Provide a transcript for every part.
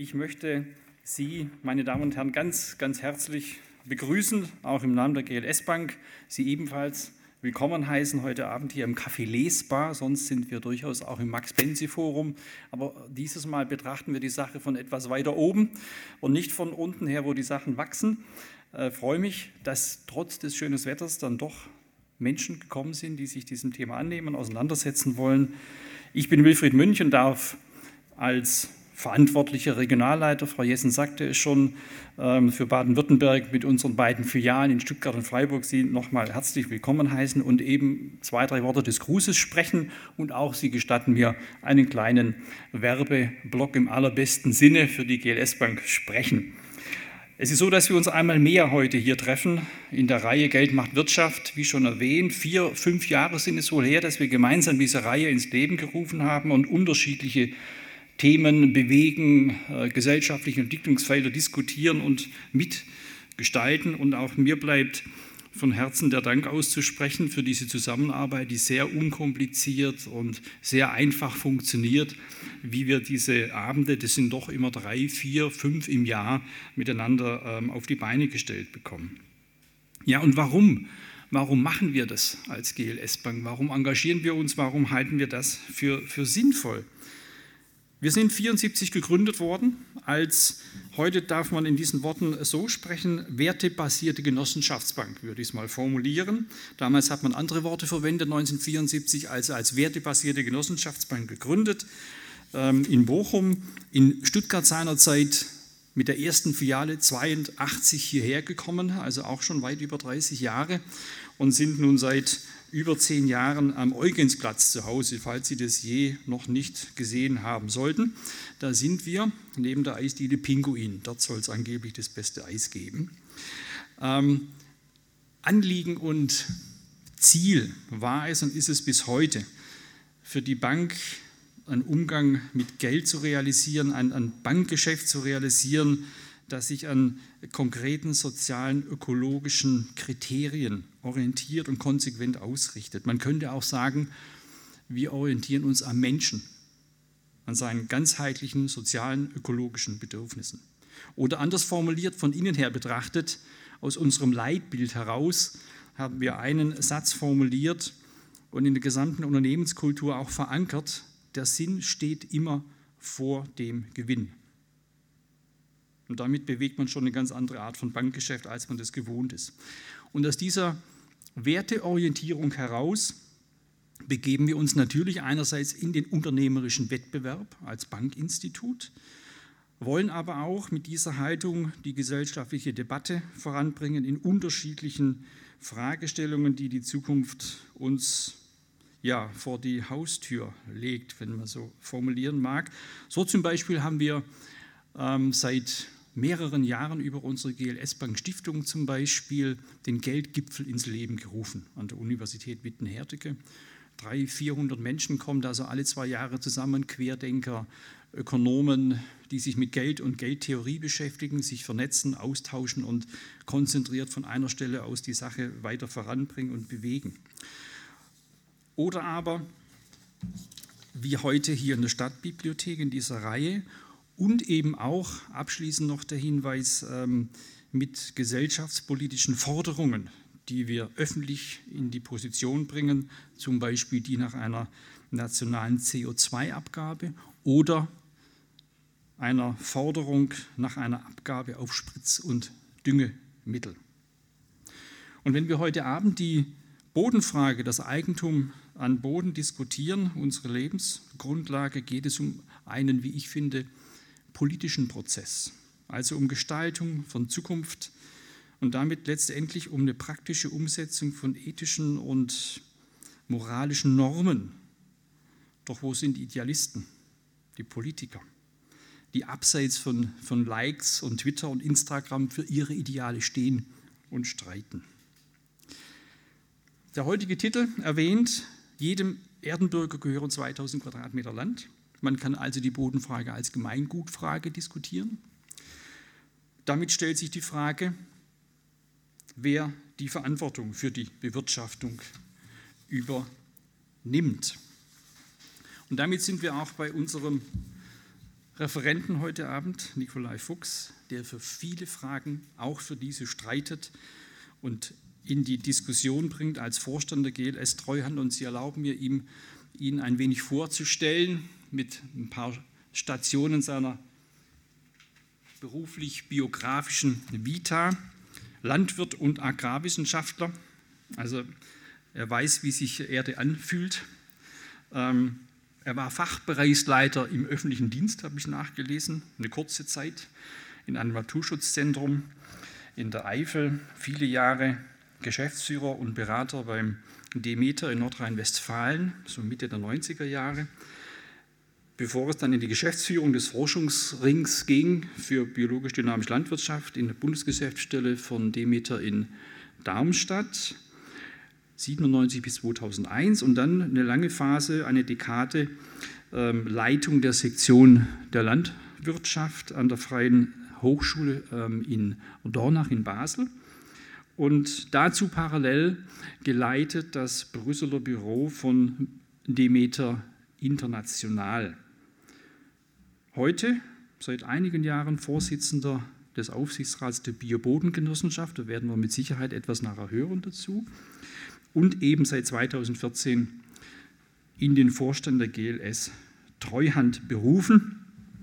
Ich möchte Sie, meine Damen und Herren, ganz, ganz herzlich begrüßen, auch im Namen der GLS Bank, Sie ebenfalls willkommen heißen heute Abend hier im Café Lesbar. Sonst sind wir durchaus auch im Max-Penzi-Forum, aber dieses Mal betrachten wir die Sache von etwas weiter oben und nicht von unten her, wo die Sachen wachsen. Ich freue mich, dass trotz des schönen Wetters dann doch Menschen gekommen sind, die sich diesem Thema annehmen, auseinandersetzen wollen. Ich bin Wilfried Münch und darf als verantwortlicher Regionalleiter, Frau Jessen sagte es schon, für Baden-Württemberg mit unseren beiden Filialen in Stuttgart und Freiburg Sie nochmal herzlich willkommen heißen und eben 2, 3 Worte des Grußes sprechen und auch Sie gestatten mir einen kleinen Werbeblock im allerbesten Sinne für die GLS Bank sprechen. Es ist so, dass wir uns einmal mehr heute hier treffen in der Reihe Geld macht Wirtschaft, wie schon erwähnt. 4, 5 Jahre sind es wohl her, dass wir gemeinsam diese Reihe ins Leben gerufen haben und unterschiedliche Themen bewegen, gesellschaftliche Entwicklungsfelder diskutieren und mitgestalten. Und auch mir bleibt von Herzen der Dank auszusprechen für diese Zusammenarbeit, die sehr unkompliziert und sehr einfach funktioniert, wie wir diese Abende, das sind doch immer 3, 4, 5 im Jahr, miteinander auf die Beine gestellt bekommen. Ja, und warum? Warum machen wir das als GLS Bank? Warum engagieren wir uns? Warum halten wir das für sinnvoll? Wir sind 1974 gegründet worden, als, heute darf man in diesen Worten so sprechen, wertebasierte Genossenschaftsbank, würde ich es mal formulieren. Damals hat man andere Worte verwendet, 1974, also als wertebasierte Genossenschaftsbank gegründet, in Bochum, in Stuttgart seinerzeit mit der ersten Filiale 82 hierher gekommen, also auch schon weit über 30 Jahre und sind nun seit über 10 Jahren am Eugensplatz zu Hause, falls Sie das je noch nicht gesehen haben sollten. Da sind wir, neben der Eisdiele Pinguin. Dort soll es angeblich das beste Eis geben. Anliegen und Ziel war es und ist es bis heute, für die Bank einen Umgang mit Geld zu realisieren, ein Bankgeschäft zu realisieren, das sich an konkreten sozialen, ökologischen Kriterien orientiert und konsequent ausrichtet. Man könnte auch sagen, wir orientieren uns am Menschen, an seinen ganzheitlichen sozialen, ökologischen Bedürfnissen. Oder anders formuliert, von innen her betrachtet, aus unserem Leitbild heraus haben wir einen Satz formuliert und in der gesamten Unternehmenskultur auch verankert: Der Sinn steht immer vor dem Gewinn. Und damit bewegt man schon eine ganz andere Art von Bankgeschäft, als man das gewohnt ist. Und aus dieser Werteorientierung heraus begeben wir uns natürlich einerseits in den unternehmerischen Wettbewerb als Bankinstitut, wollen aber auch mit dieser Haltung die gesellschaftliche Debatte voranbringen in unterschiedlichen Fragestellungen, die die Zukunft uns vor die Haustür legt, wenn man so formulieren mag. So zum Beispiel haben wir seit mehreren Jahren über unsere GLS Bank Stiftung zum Beispiel den Geldgipfel ins Leben gerufen an der Universität Witten-Herdecke. 300, 400 Menschen kommen da also alle 2 Jahre zusammen, Querdenker, Ökonomen, die sich mit Geld und Geldtheorie beschäftigen, sich vernetzen, austauschen und konzentriert von einer Stelle aus die Sache weiter voranbringen und bewegen. Oder aber, wie heute hier in der Stadtbibliothek in dieser Reihe, und eben auch abschließend noch der Hinweis mit gesellschaftspolitischen Forderungen, die wir öffentlich in die Position bringen, zum Beispiel die nach einer nationalen CO2-Abgabe oder einer Forderung nach einer Abgabe auf Spritz- und Düngemittel. Und wenn wir heute Abend die Bodenfrage, das Eigentum an Boden diskutieren, unsere Lebensgrundlage, geht es um einen, wie ich finde, politischen Prozess, also um Gestaltung von Zukunft und damit letztendlich um eine praktische Umsetzung von ethischen und moralischen Normen. Doch wo sind die Idealisten, die Politiker, die abseits von Likes und Twitter und Instagram für ihre Ideale stehen und streiten? Der heutige Titel erwähnt, jedem Erdenbürger gehören 2000 Quadratmeter Land. Man kann also die Bodenfrage als Gemeingutfrage diskutieren. Damit stellt sich die Frage, wer die Verantwortung für die Bewirtschaftung übernimmt. Und damit sind wir auch bei unserem Referenten heute Abend, Nikolai Fuchs, der für viele Fragen, auch für diese streitet und in die Diskussion bringt als Vorstand der GLS Treuhand. Und Sie erlauben mir, ihn ein wenig vorzustellen mit ein paar Stationen seiner beruflich-biografischen Vita. Landwirt und Agrarwissenschaftler, also er weiß, wie sich Erde anfühlt. Er war Fachbereichsleiter im öffentlichen Dienst, habe ich nachgelesen, eine kurze Zeit in einem Naturschutzzentrum in der Eifel, viele Jahre Geschäftsführer und Berater beim Demeter in Nordrhein-Westfalen, so Mitte der 90er Jahre, bevor es dann in die Geschäftsführung des Forschungsrings ging für biologisch-dynamische Landwirtschaft in der Bundesgeschäftsstelle von Demeter in Darmstadt, 1997 bis 2001 und dann eine lange Phase, eine Dekade, Leitung der Sektion der Landwirtschaft an der Freien Hochschule in Dornach in Basel und dazu parallel geleitet das Brüsseler Büro von Demeter International. Heute, seit einigen Jahren, Vorsitzender des Aufsichtsrats der Biobodengenossenschaft, da werden wir mit Sicherheit etwas nachher hören dazu, und eben seit 2014 in den Vorstand der GLS Treuhand berufen.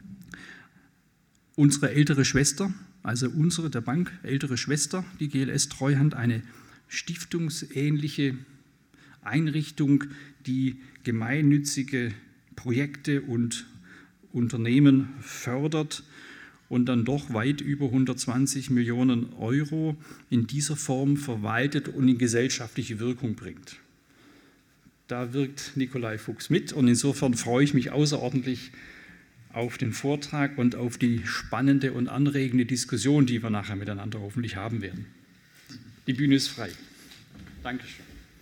Unsere ältere Schwester, also unsere der Bank ältere Schwester, die GLS Treuhand, eine stiftungsähnliche Einrichtung, die gemeinnützige Projekte und Unternehmen fördert und dann doch weit über 120 Millionen Euro in dieser Form verwaltet und in gesellschaftliche Wirkung bringt. Da wirkt Nikolai Fuchs mit und insofern freue ich mich außerordentlich auf den Vortrag und auf die spannende und anregende Diskussion, die wir nachher miteinander hoffentlich haben werden. Die Bühne ist frei. Dankeschön.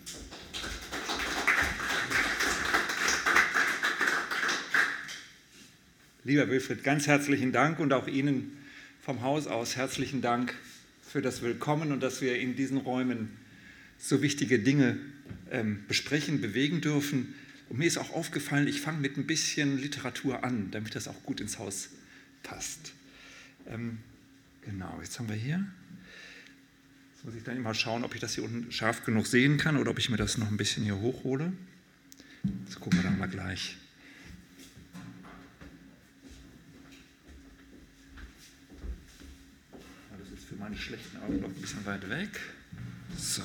Lieber Wilfried, ganz herzlichen Dank und auch Ihnen vom Haus aus herzlichen Dank für das Willkommen und dass wir in diesen Räumen so wichtige Dinge besprechen, bewegen dürfen. Und mir ist auch aufgefallen, ich fange mit ein bisschen Literatur an, damit das auch gut ins Haus passt. Genau, jetzt haben wir hier. Jetzt muss ich dann immer schauen, ob ich das hier unten scharf genug sehen kann oder ob ich mir das noch ein bisschen hier hochhole. Das gucken wir dann mal gleich. Für meine schlechten Augen noch ein bisschen weit weg. So.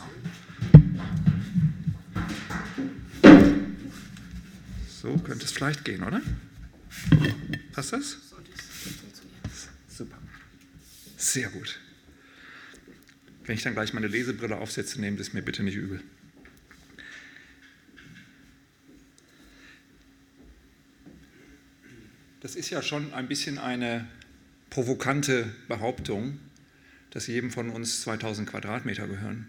So könnte es vielleicht gehen, oder? Passt das? Super. Sehr gut. Wenn ich dann gleich meine Lesebrille aufsetze, nehmt es mir bitte nicht übel. Das ist ja schon ein bisschen eine provokante Behauptung, dass jedem von uns 2000 Quadratmeter gehören.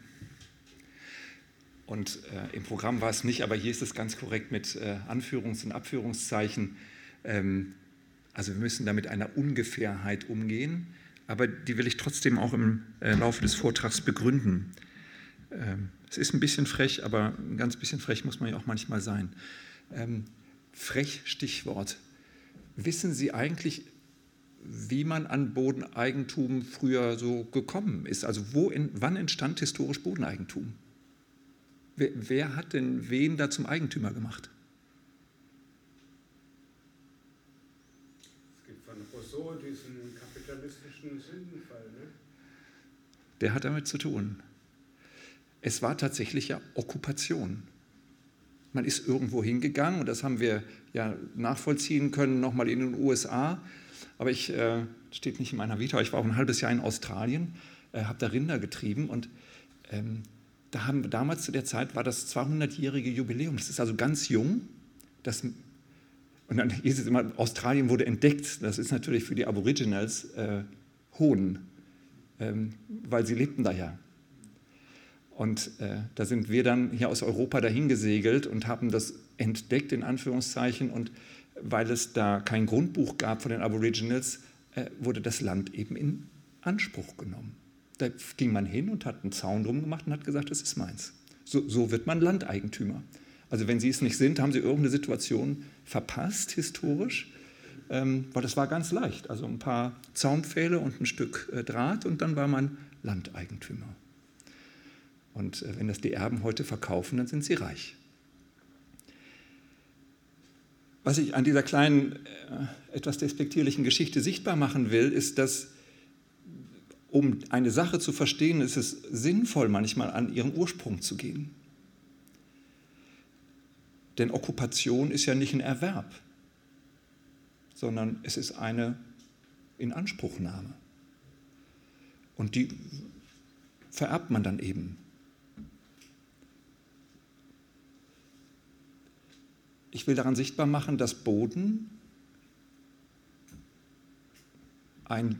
Und im Programm war es nicht, aber hier ist es ganz korrekt mit Anführungs- und Abführungszeichen. Also wir müssen da mit einer Ungefährheit umgehen, aber die will ich trotzdem auch im Laufe des Vortrags begründen. Es ist ein bisschen frech, aber ein ganz bisschen frech muss man ja auch manchmal sein. Frech, Stichwort. Wissen Sie eigentlich, wie man an Bodeneigentum früher so gekommen ist? Also wann entstand historisch Bodeneigentum? Wer hat denn wen da zum Eigentümer gemacht? Es gibt von Rousseau diesen kapitalistischen Sündenfall, ne? Der hat damit zu tun. Es war tatsächlich ja Okkupation. Man ist irgendwo hingegangen, und das haben wir ja nachvollziehen können, nochmal in den USA. Aber steht nicht in meiner Vita, ich war auch ein halbes Jahr in Australien, habe da Rinder getrieben und da haben wir damals zu der Zeit war das 200-jährige Jubiläum. Das ist also ganz jung. Und dann hieß es immer, Australien wurde entdeckt. Das ist natürlich für die Aboriginals Hohn, weil sie lebten da ja. Und da sind wir dann hier aus Europa dahin gesegelt und haben das entdeckt, in Anführungszeichen, und weil es da kein Grundbuch gab von den Aboriginals, wurde das Land eben in Anspruch genommen. Da ging man hin und hat einen Zaun drum gemacht und hat gesagt, das ist meins. So wird man Landeigentümer. Also wenn Sie es nicht sind, haben Sie irgendeine Situation verpasst, historisch, weil das war ganz leicht. Also ein paar Zaunpfähle und ein Stück Draht und dann war man Landeigentümer. Und wenn das die Erben heute verkaufen, dann sind sie reich. Was ich an dieser kleinen, etwas despektierlichen Geschichte sichtbar machen will, ist, dass, um eine Sache zu verstehen, ist es sinnvoll, manchmal an ihren Ursprung zu gehen. Denn Okkupation ist ja nicht ein Erwerb, sondern es ist eine Inanspruchnahme. Und die vererbt man dann eben. Ich will daran sichtbar machen, dass Boden eine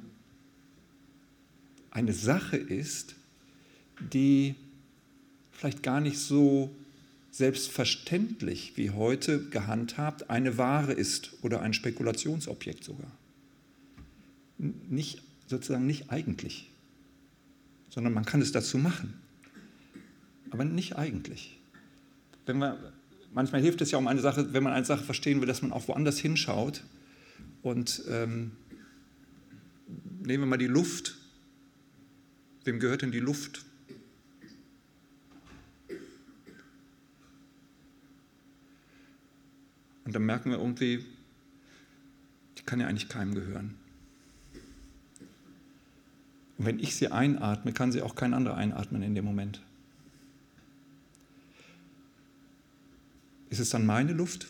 Sache ist, die vielleicht gar nicht so selbstverständlich wie heute gehandhabt eine Ware ist oder ein Spekulationsobjekt sogar. Sozusagen nicht eigentlich, sondern man kann es dazu machen, aber nicht eigentlich. Manchmal hilft es ja um eine Sache, wenn man eine Sache verstehen will, dass man auch woanders hinschaut. Und nehmen wir mal die Luft. Wem gehört denn die Luft? Und dann merken wir irgendwie, die kann ja eigentlich keinem gehören. Und wenn ich sie einatme, kann sie auch kein anderer einatmen in dem Moment. Ist es dann meine Luft?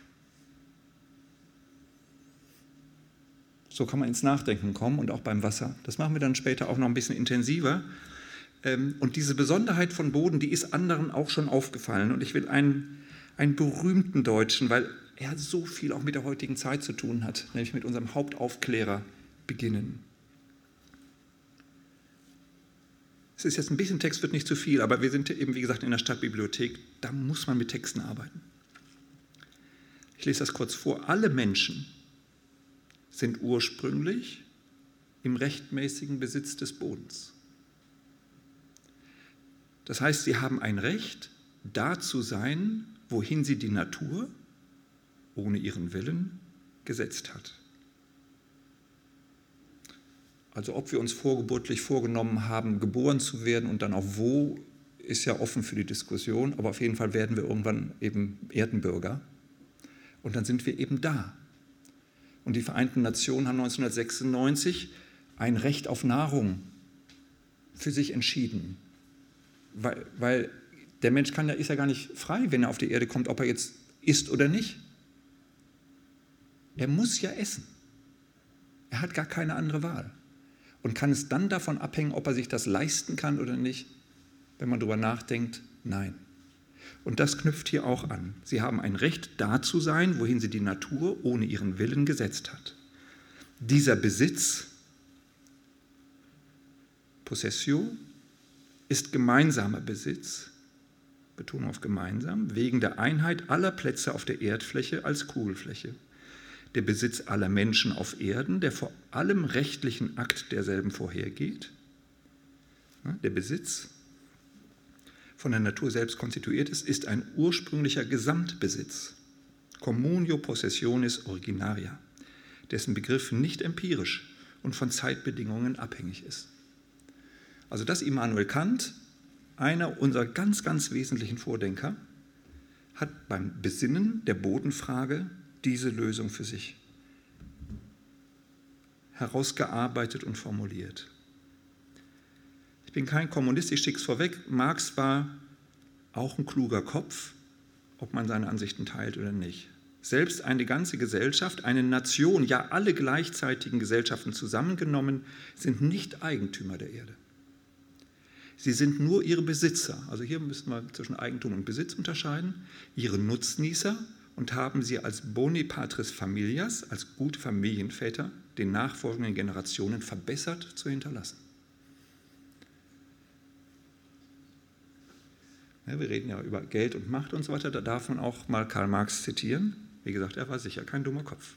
So kann man ins Nachdenken kommen und auch beim Wasser. Das machen wir dann später auch noch ein bisschen intensiver. Und diese Besonderheit von Boden, die ist anderen auch schon aufgefallen. Und ich will einen berühmten Deutschen, weil er so viel auch mit der heutigen Zeit zu tun hat, nämlich mit unserem Hauptaufklärer beginnen. Es ist jetzt ein bisschen Text, wird nicht zu viel, aber wir sind eben, wie gesagt, in der Stadtbibliothek, da muss man mit Texten arbeiten. Ich lese das kurz vor. Alle Menschen sind ursprünglich im rechtmäßigen Besitz des Bodens. Das heißt, sie haben ein Recht, da zu sein, wohin sie die Natur, ohne ihren Willen, gesetzt hat. Also ob wir uns vorgeburtlich vorgenommen haben, geboren zu werden und dann auch wo, ist ja offen für die Diskussion, aber auf jeden Fall werden wir irgendwann eben Erdenbürger. Und dann sind wir eben da. Und die Vereinten Nationen haben 1996 ein Recht auf Nahrung für sich entschieden. Weil der Mensch ist ja gar nicht frei, wenn er auf die Erde kommt, ob er jetzt isst oder nicht. Er muss ja essen. Er hat gar keine andere Wahl. Und kann es dann davon abhängen, ob er sich das leisten kann oder nicht? Wenn man darüber nachdenkt, nein. Und das knüpft hier auch an. Sie haben ein Recht, da zu sein, wohin sie die Natur ohne ihren Willen gesetzt hat. Dieser Besitz, Possessio, ist gemeinsamer Besitz, Betonung auf gemeinsam, wegen der Einheit aller Plätze auf der Erdfläche als Kugelfläche. Der Besitz aller Menschen auf Erden, der vor allem rechtlichen Akt derselben vorhergeht. Der Besitz von der Natur selbst konstituiert ist ein ursprünglicher Gesamtbesitz, communio possessionis originaria, dessen Begriff nicht empirisch und von Zeitbedingungen abhängig ist. Also das Immanuel Kant, einer unserer ganz, ganz wesentlichen Vordenker, hat beim Besinnen der Bodenfrage diese Lösung für sich herausgearbeitet und formuliert. Ich bin kein Kommunist, ich schicke es vorweg. Marx war auch ein kluger Kopf, ob man seine Ansichten teilt oder nicht. Selbst eine ganze Gesellschaft, eine Nation, ja alle gleichzeitigen Gesellschaften zusammengenommen, sind nicht Eigentümer der Erde. Sie sind nur ihre Besitzer. Also hier müssen wir zwischen Eigentum und Besitz unterscheiden. Ihre Nutznießer und haben sie als boni patris familias, als gute Familienväter, den nachfolgenden Generationen verbessert zu hinterlassen. Ja, wir reden ja über Geld und Macht und so weiter, da darf man auch mal Karl Marx zitieren. Wie gesagt, er war sicher kein dummer Kopf.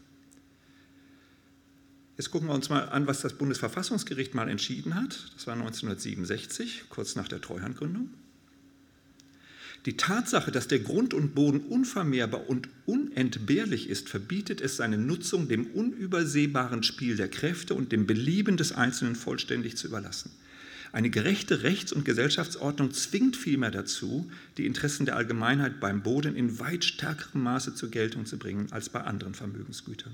Jetzt gucken wir uns mal an, was das Bundesverfassungsgericht mal entschieden hat. Das war 1967, kurz nach der Treuhandgründung. Die Tatsache, dass der Grund und Boden unvermehrbar und unentbehrlich ist, verbietet es seine Nutzung dem unübersehbaren Spiel der Kräfte und dem Belieben des Einzelnen vollständig zu überlassen. Eine gerechte Rechts- und Gesellschaftsordnung zwingt vielmehr dazu, die Interessen der Allgemeinheit beim Boden in weit stärkerem Maße zur Geltung zu bringen als bei anderen Vermögensgütern.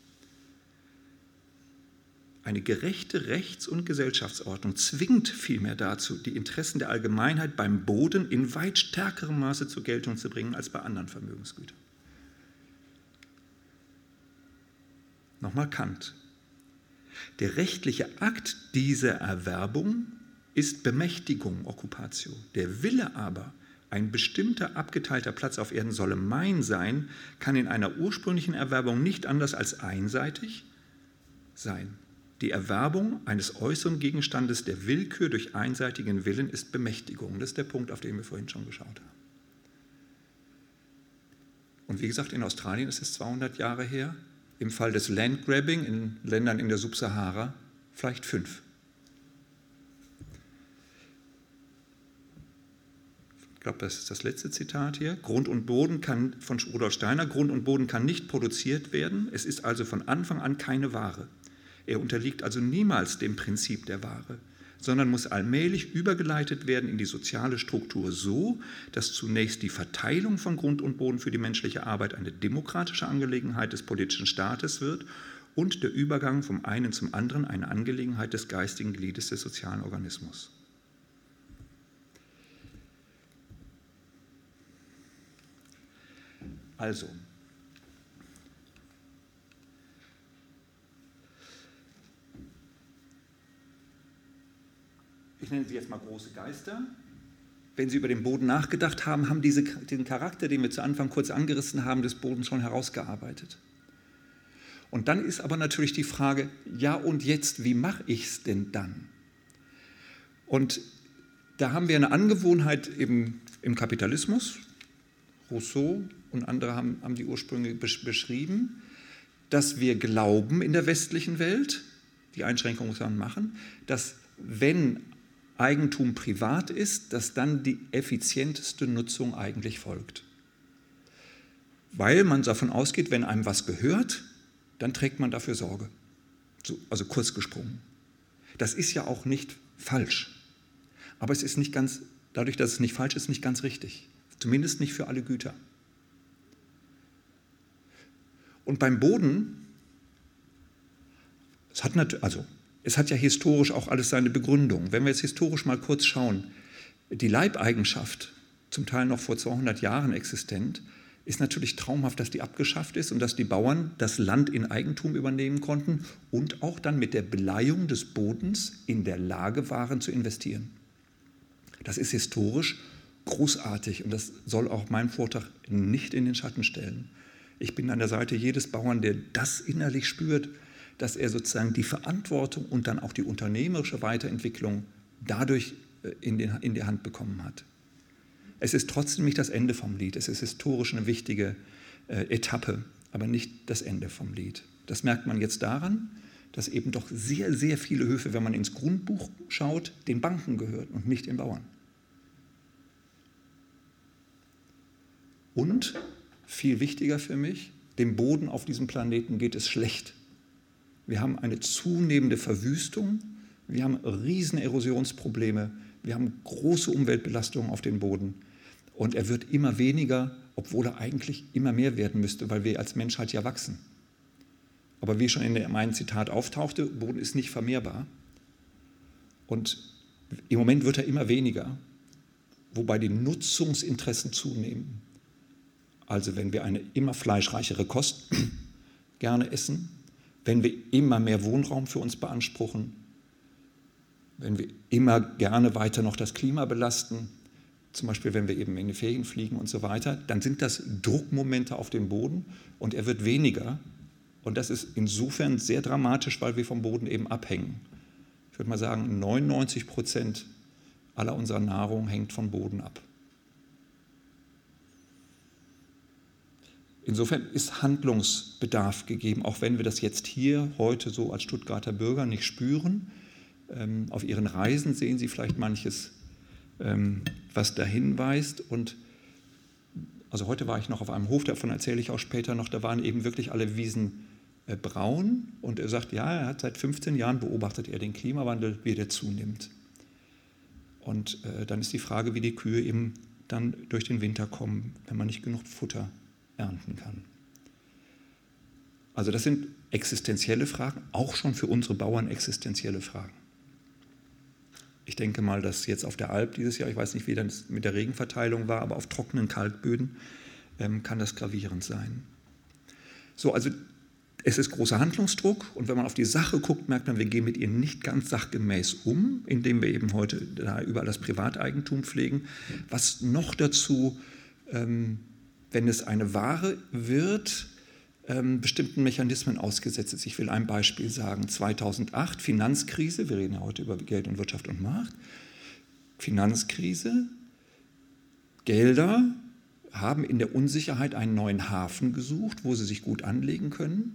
Eine gerechte Rechts- und Gesellschaftsordnung zwingt vielmehr dazu, die Interessen der Allgemeinheit beim Boden in weit stärkerem Maße zur Geltung zu bringen als bei anderen Vermögensgütern. Nochmal Kant. Der rechtliche Akt dieser Erwerbung ist Bemächtigung, Occupatio. Der Wille aber, ein bestimmter abgeteilter Platz auf Erden solle mein sein, kann in einer ursprünglichen Erwerbung nicht anders als einseitig sein. Die Erwerbung eines äußeren Gegenstandes der Willkür durch einseitigen Willen ist Bemächtigung. Das ist der Punkt, auf den wir vorhin schon geschaut haben. Und wie gesagt, in Australien ist es 200 Jahre her. Im Fall des Landgrabbing in Ländern in der Subsahara vielleicht 5. Ich glaube, das ist das letzte Zitat hier. Grund und Boden kann, von Rudolf Steiner, Grund und Boden kann nicht produziert werden. Es ist also von Anfang an keine Ware. Er unterliegt also niemals dem Prinzip der Ware, sondern muss allmählich übergeleitet werden in die soziale Struktur so, dass zunächst die Verteilung von Grund und Boden für die menschliche Arbeit eine demokratische Angelegenheit des politischen Staates wird und der Übergang vom einen zum anderen eine Angelegenheit des geistigen Gliedes des sozialen Organismus. Also, ich nenne sie jetzt mal große Geister. Wenn Sie über den Boden nachgedacht haben, haben diesen Charakter, den wir zu Anfang kurz angerissen haben, des Bodens schon herausgearbeitet. Und dann ist aber natürlich die Frage, ja und jetzt, wie mache ich es denn dann? Und da haben wir eine Angewohnheit im Kapitalismus, Rousseau und andere haben die Ursprünge beschrieben, dass wir glauben in der westlichen Welt, die Einschränkung muss man machen, dass wenn Eigentum privat ist, dass dann die effizienteste Nutzung eigentlich folgt. Weil man davon ausgeht, wenn einem was gehört, dann trägt man dafür Sorge. Also kurz gesprungen. Das ist ja auch nicht falsch. Aber es ist nicht ganz, dadurch, dass es nicht falsch ist, nicht ganz richtig. Zumindest nicht für alle Güter. Und beim Boden, es hat ja historisch auch alles seine Begründung. Wenn wir jetzt historisch mal kurz schauen, die Leibeigenschaft, zum Teil noch vor 200 Jahren existent, ist natürlich traumhaft, dass die abgeschafft ist und dass die Bauern das Land in Eigentum übernehmen konnten und auch dann mit der Beleihung des Bodens in der Lage waren zu investieren. Das ist historisch großartig und das soll auch meinen Vortrag nicht in den Schatten stellen. Ich bin an der Seite jedes Bauern, der das innerlich spürt, dass er sozusagen die Verantwortung und dann auch die unternehmerische Weiterentwicklung dadurch in die Hand bekommen hat. Es ist trotzdem nicht das Ende vom Lied. Es ist historisch eine wichtige Etappe, aber nicht das Ende vom Lied. Das merkt man jetzt daran, dass eben doch sehr, sehr viele Höfe, wenn man ins Grundbuch schaut, den Banken gehören und nicht den Bauern. Und, viel wichtiger für mich, dem Boden auf diesem Planeten geht es schlecht. Wir haben eine zunehmende Verwüstung, wir haben riesen Erosionsprobleme, wir haben große Umweltbelastungen auf den Boden und er wird immer weniger, obwohl er eigentlich immer mehr werden müsste, weil wir als Menschheit ja wachsen. Aber wie schon in meinem Zitat auftauchte, Boden ist nicht vermehrbar und im Moment wird er immer weniger, wobei die Nutzungsinteressen zunehmen. Also wenn wir eine immer fleischreichere Kost gerne essen, wenn wir immer mehr Wohnraum für uns beanspruchen, wenn wir immer gerne weiter noch das Klima belasten, zum Beispiel wenn wir eben in die Ferien fliegen und so weiter, dann sind das Druckmomente auf dem Boden und er wird weniger. Und das ist insofern sehr dramatisch, weil wir vom Boden eben abhängen. Ich würde mal sagen, 99% aller unserer Nahrung hängt vom Boden ab. Insofern ist Handlungsbedarf gegeben, auch wenn wir das jetzt hier heute so als Stuttgarter Bürger nicht spüren. Auf Ihren Reisen sehen Sie vielleicht manches, was dahin weist. Und Also heute war ich noch auf einem Hof, davon erzähle ich auch später noch, da waren eben wirklich alle Wiesen braun. Und er sagt, ja, er hat seit 15 Jahren beobachtet er den Klimawandel, wie der zunimmt. Und dann ist die Frage, wie die Kühe eben dann durch den Winter kommen, wenn man nicht genug Futter ernten kann. Also das sind existenzielle Fragen, auch schon für unsere Bauern existenzielle Fragen. Ich denke mal, dass jetzt auf der Alp dieses Jahr, ich weiß nicht, wie das mit der Regenverteilung war, aber auf trockenen Kalkböden kann das gravierend sein. So, also es ist großer Handlungsdruck und wenn man auf die Sache guckt, merkt man, wir gehen mit ihr nicht ganz sachgemäß um, indem wir eben heute da überall das Privateigentum pflegen. Was noch dazu, wenn es eine Ware wird, bestimmten Mechanismen ausgesetzt ist. Ich will ein Beispiel sagen. 2008, Finanzkrise, wir reden ja heute über Geld und Wirtschaft und Markt. Finanzkrise, Gelder haben in der Unsicherheit einen neuen Hafen gesucht, wo sie sich gut anlegen können.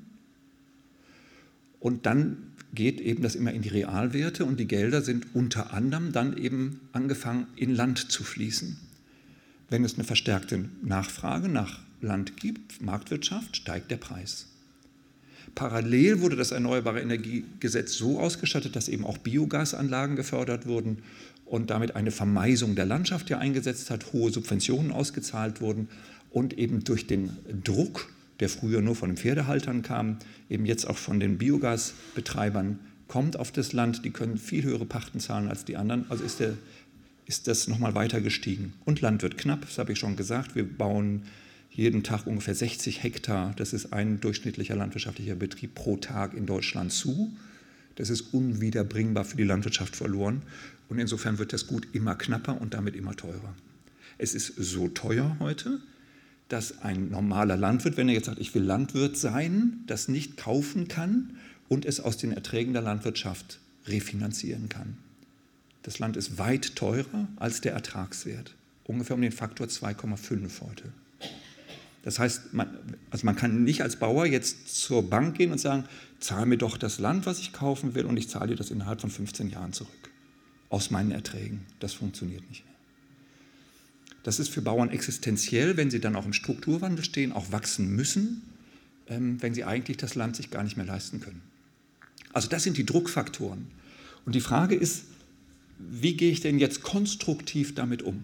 Und dann geht eben das immer in die Realwerte und die Gelder sind unter anderem dann eben angefangen, in Land zu fließen. Wenn es eine verstärkte Nachfrage nach Land gibt, Marktwirtschaft, steigt der Preis. Parallel wurde das Erneuerbare Energiegesetz so ausgestattet, dass eben auch Biogasanlagen gefördert wurden und damit eine Vermeisung der Landschaft ja eingesetzt hat, hohe Subventionen ausgezahlt wurden und eben durch den Druck, der früher nur von den Pferdehaltern kam, eben jetzt auch von den Biogasbetreibern kommt auf das Land, die können viel höhere Pachten zahlen als die anderen, also ist das nochmal weiter gestiegen. Und Land wird knapp, das habe ich schon gesagt, wir bauen jeden Tag ungefähr 60 Hektar, das ist ein durchschnittlicher landwirtschaftlicher Betrieb pro Tag in Deutschland zu. Das ist unwiederbringbar für die Landwirtschaft verloren und insofern wird das Gut immer knapper und damit immer teurer. Es ist so teuer heute, dass ein normaler Landwirt, wenn er jetzt sagt, ich will Landwirt sein, das nicht kaufen kann und es aus den Erträgen der Landwirtschaft refinanzieren kann. Das Land ist weit teurer als der Ertragswert, ungefähr um den Faktor 2,5 heute. Das heißt, man kann nicht als Bauer jetzt zur Bank gehen und sagen, zahl mir doch das Land, was ich kaufen will und ich zahle dir das innerhalb von 15 Jahren zurück. Aus meinen Erträgen. Das funktioniert nicht mehr. Das ist für Bauern existenziell, wenn sie dann auch im Strukturwandel stehen, auch wachsen müssen, wenn sie eigentlich das Land sich gar nicht mehr leisten können. Also das sind die Druckfaktoren. Und die Frage ist, wie gehe ich denn jetzt konstruktiv damit um?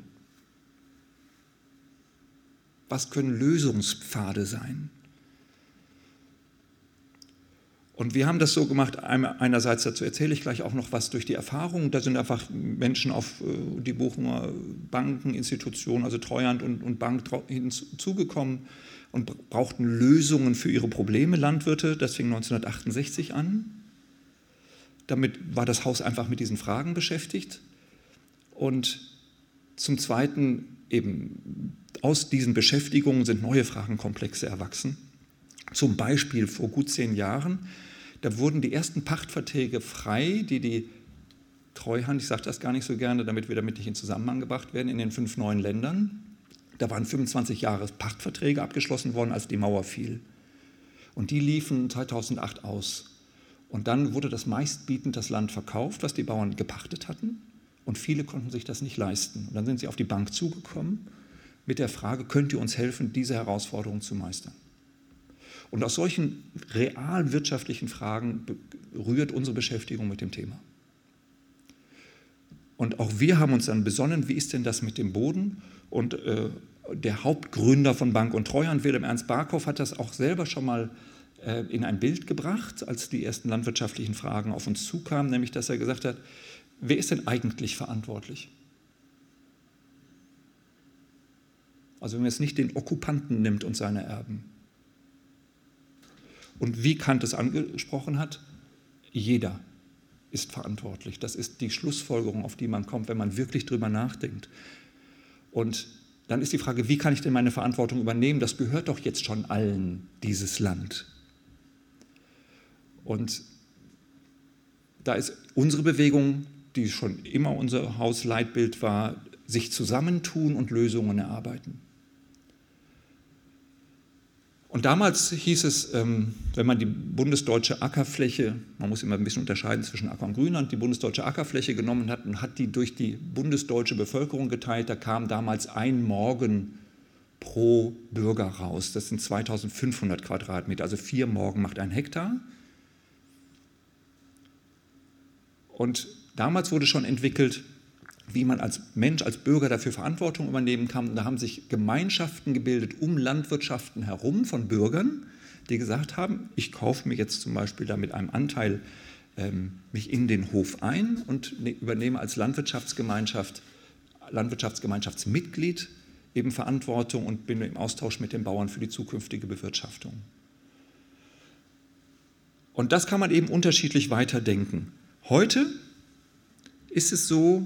Was können Lösungspfade sein? Und wir haben das so gemacht, einerseits dazu erzähle ich gleich auch noch was durch die Erfahrung, da sind einfach Menschen auf die Bochumer Bankeninstitutionen, also Treuhand und Bank hinzugekommen und brauchten Lösungen für ihre Probleme, Landwirte, das fing 1968 an. Damit war das Haus einfach mit diesen Fragen beschäftigt und zum Zweiten eben aus diesen Beschäftigungen sind neue Fragenkomplexe erwachsen. Zum Beispiel vor gut 10 Jahren, da wurden die ersten Pachtverträge frei, die Treuhand, ich sage das gar nicht so gerne, damit wir damit nicht in Zusammenhang gebracht werden, in den 5 neuen Ländern. Da waren 25 Jahre Pachtverträge abgeschlossen worden, als die Mauer fiel. Und die liefen 2008 aus. Und dann wurde das meistbietend das Land verkauft, was die Bauern gepachtet hatten. Und viele konnten sich das nicht leisten. Und dann sind sie auf die Bank zugekommen mit der Frage, könnt ihr uns helfen, diese Herausforderung zu meistern? Und aus solchen real wirtschaftlichen Fragen rührt unsere Beschäftigung mit dem Thema. Und auch wir haben uns dann besonnen, wie ist denn das mit dem Boden? Und der Hauptgründer von Bank und Treuhand, Wilhelm Ernst Barkow, hat das auch selber schon mal in ein Bild gebracht, als die ersten landwirtschaftlichen Fragen auf uns zukamen, nämlich dass er gesagt hat, wer ist denn eigentlich verantwortlich? Also wenn man jetzt nicht den Okkupanten nimmt und seine Erben. Und wie Kant es angesprochen hat, jeder ist verantwortlich. Das ist die Schlussfolgerung, auf die man kommt, wenn man wirklich drüber nachdenkt. Und dann ist die Frage, wie kann ich denn meine Verantwortung übernehmen? Das gehört doch jetzt schon allen, dieses Land. Und da ist unsere Bewegung, die schon immer unser Hausleitbild war, sich zusammentun und Lösungen erarbeiten. Und damals hieß es, wenn man die bundesdeutsche Ackerfläche, man muss immer ein bisschen unterscheiden zwischen Acker und Grünland, die bundesdeutsche Ackerfläche genommen hat und hat die durch die bundesdeutsche Bevölkerung geteilt, da kam damals ein Morgen pro Bürger raus. Das sind 2500 Quadratmeter, also 4 Morgen macht 1 Hektar. Und damals wurde schon entwickelt, wie man als Mensch, als Bürger dafür Verantwortung übernehmen kann. Und da haben sich Gemeinschaften gebildet um Landwirtschaften herum von Bürgern, die gesagt haben, ich kaufe mir jetzt zum Beispiel da mit einem Anteil mich in den Hof ein und übernehme als Landwirtschaftsgemeinschaftsmitglied eben Verantwortung und bin im Austausch mit den Bauern für die zukünftige Bewirtschaftung. Und das kann man eben unterschiedlich weiterdenken. Heute ist es so,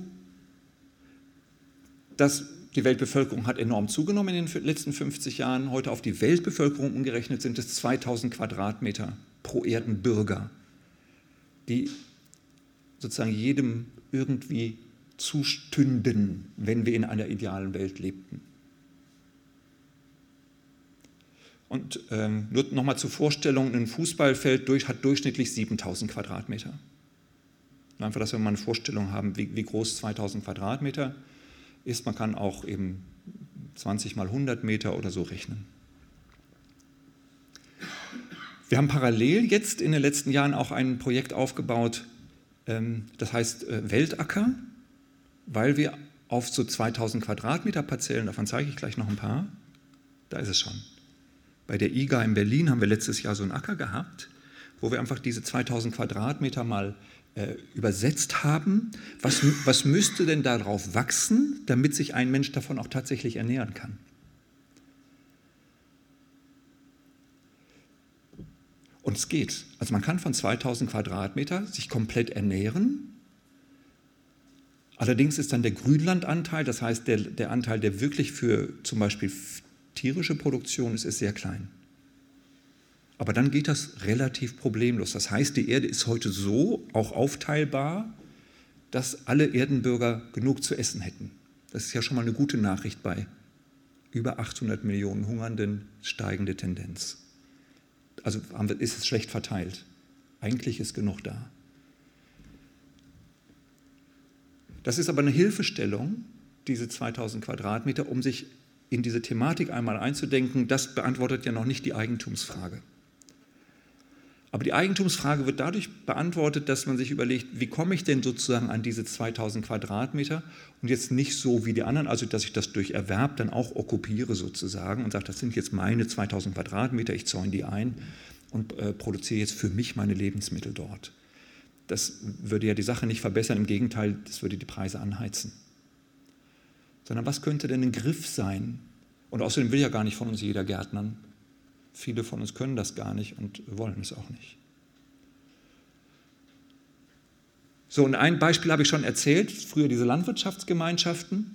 dass die Weltbevölkerung hat enorm zugenommen in den letzten 50 Jahren. Heute auf die Weltbevölkerung umgerechnet sind es 2000 Quadratmeter pro Erdenbürger, die sozusagen jedem irgendwie zustünden, wenn wir in einer idealen Welt lebten. Und nur nochmal zur Vorstellung, ein Fußballfeld hat durchschnittlich 7000 Quadratmeter. Einfach, dass wir mal eine Vorstellung haben, wie groß 2000 Quadratmeter ist. Man kann auch eben 20 mal 100 Meter oder so rechnen. Wir haben parallel jetzt in den letzten Jahren auch ein Projekt aufgebaut, das heißt Weltacker, weil wir auf so 2000 Quadratmeter Parzellen, davon zeige ich gleich noch ein paar, da ist es schon. Bei der IGA in Berlin haben wir letztes Jahr so einen Acker gehabt, wo wir einfach diese 2000 Quadratmeter mal übersetzt haben. Was müsste denn darauf wachsen, damit sich ein Mensch davon auch tatsächlich ernähren kann? Und es geht. Also man kann von 2000 Quadratmeter sich komplett ernähren. Allerdings ist dann der Grünlandanteil, das heißt der Anteil, der wirklich für zum Beispiel tierische Produktion ist sehr klein. Aber dann geht das relativ problemlos. Das heißt, die Erde ist heute so auch aufteilbar, dass alle Erdenbürger genug zu essen hätten. Das ist ja schon mal eine gute Nachricht bei über 800 Millionen Hungernden, steigende Tendenz. Also ist es schlecht verteilt. Eigentlich ist genug da. Das ist aber eine Hilfestellung, diese 2000 Quadratmeter, um sich in diese Thematik einmal einzudenken. Das beantwortet ja noch nicht die Eigentumsfrage. Aber die Eigentumsfrage wird dadurch beantwortet, dass man sich überlegt, wie komme ich denn sozusagen an diese 2000 Quadratmeter und jetzt nicht so wie die anderen, also dass ich das durch Erwerb dann auch okkupiere sozusagen und sage, das sind jetzt meine 2000 Quadratmeter, ich zäune die ein und produziere jetzt für mich meine Lebensmittel dort. Das würde ja die Sache nicht verbessern, im Gegenteil, das würde die Preise anheizen. Sondern was könnte denn ein Griff sein? Und außerdem will ja gar nicht von uns jeder Gärtnern. Viele von uns können das gar nicht und wollen es auch nicht. So, und ein Beispiel habe ich schon erzählt, früher diese Landwirtschaftsgemeinschaften.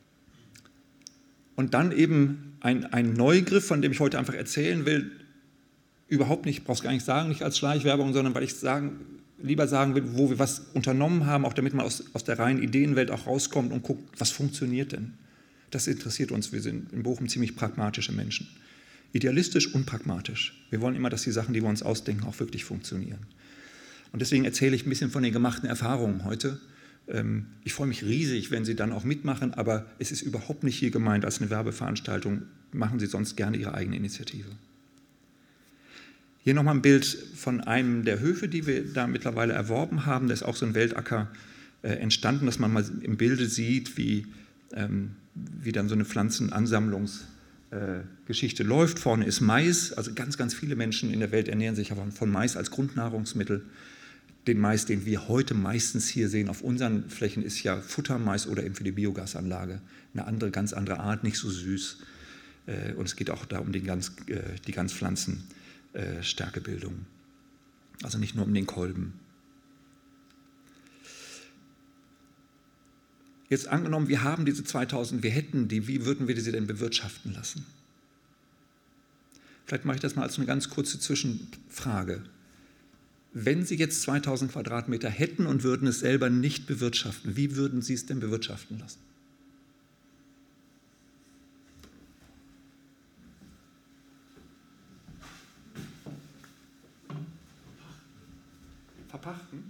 Und dann eben ein Neugriff, von dem ich heute einfach erzählen will, überhaupt nicht, ich brauche es gar nicht sagen, nicht als Schleichwerbung, sondern weil ich lieber sagen will, wo wir was unternommen haben, auch damit man aus der reinen Ideenwelt auch rauskommt und guckt, was funktioniert denn? Das interessiert uns, wir sind in Bochum ziemlich pragmatische Menschen. Idealistisch und pragmatisch. Wir wollen immer, dass die Sachen, die wir uns ausdenken, auch wirklich funktionieren. Und deswegen erzähle ich ein bisschen von den gemachten Erfahrungen heute. Ich freue mich riesig, wenn Sie dann auch mitmachen, aber es ist überhaupt nicht hier gemeint als eine Werbeveranstaltung. Machen Sie sonst gerne Ihre eigene Initiative. Hier nochmal ein Bild von einem der Höfe, die wir da mittlerweile erworben haben. Da ist auch so ein Weltacker entstanden, dass man mal im Bilde sieht, wie dann so eine Pflanzenansammlungsgeschichte läuft. Vorne ist Mais, also ganz, ganz viele Menschen in der Welt ernähren sich von Mais als Grundnahrungsmittel. Den Mais, den wir heute meistens hier sehen auf unseren Flächen, ist ja Futtermais oder eben für die Biogasanlage. Eine ganz andere Art, nicht so süß. Und es geht auch da um die Ganzpflanzenstärkebildung. Also nicht nur um den Kolben. Jetzt angenommen, wir haben diese 2000, wir hätten die, wie würden wir sie denn bewirtschaften lassen? Vielleicht mache ich das mal als eine ganz kurze Zwischenfrage. Wenn Sie jetzt 2000 Quadratmeter hätten und würden es selber nicht bewirtschaften, wie würden Sie es denn bewirtschaften lassen? Verpachten?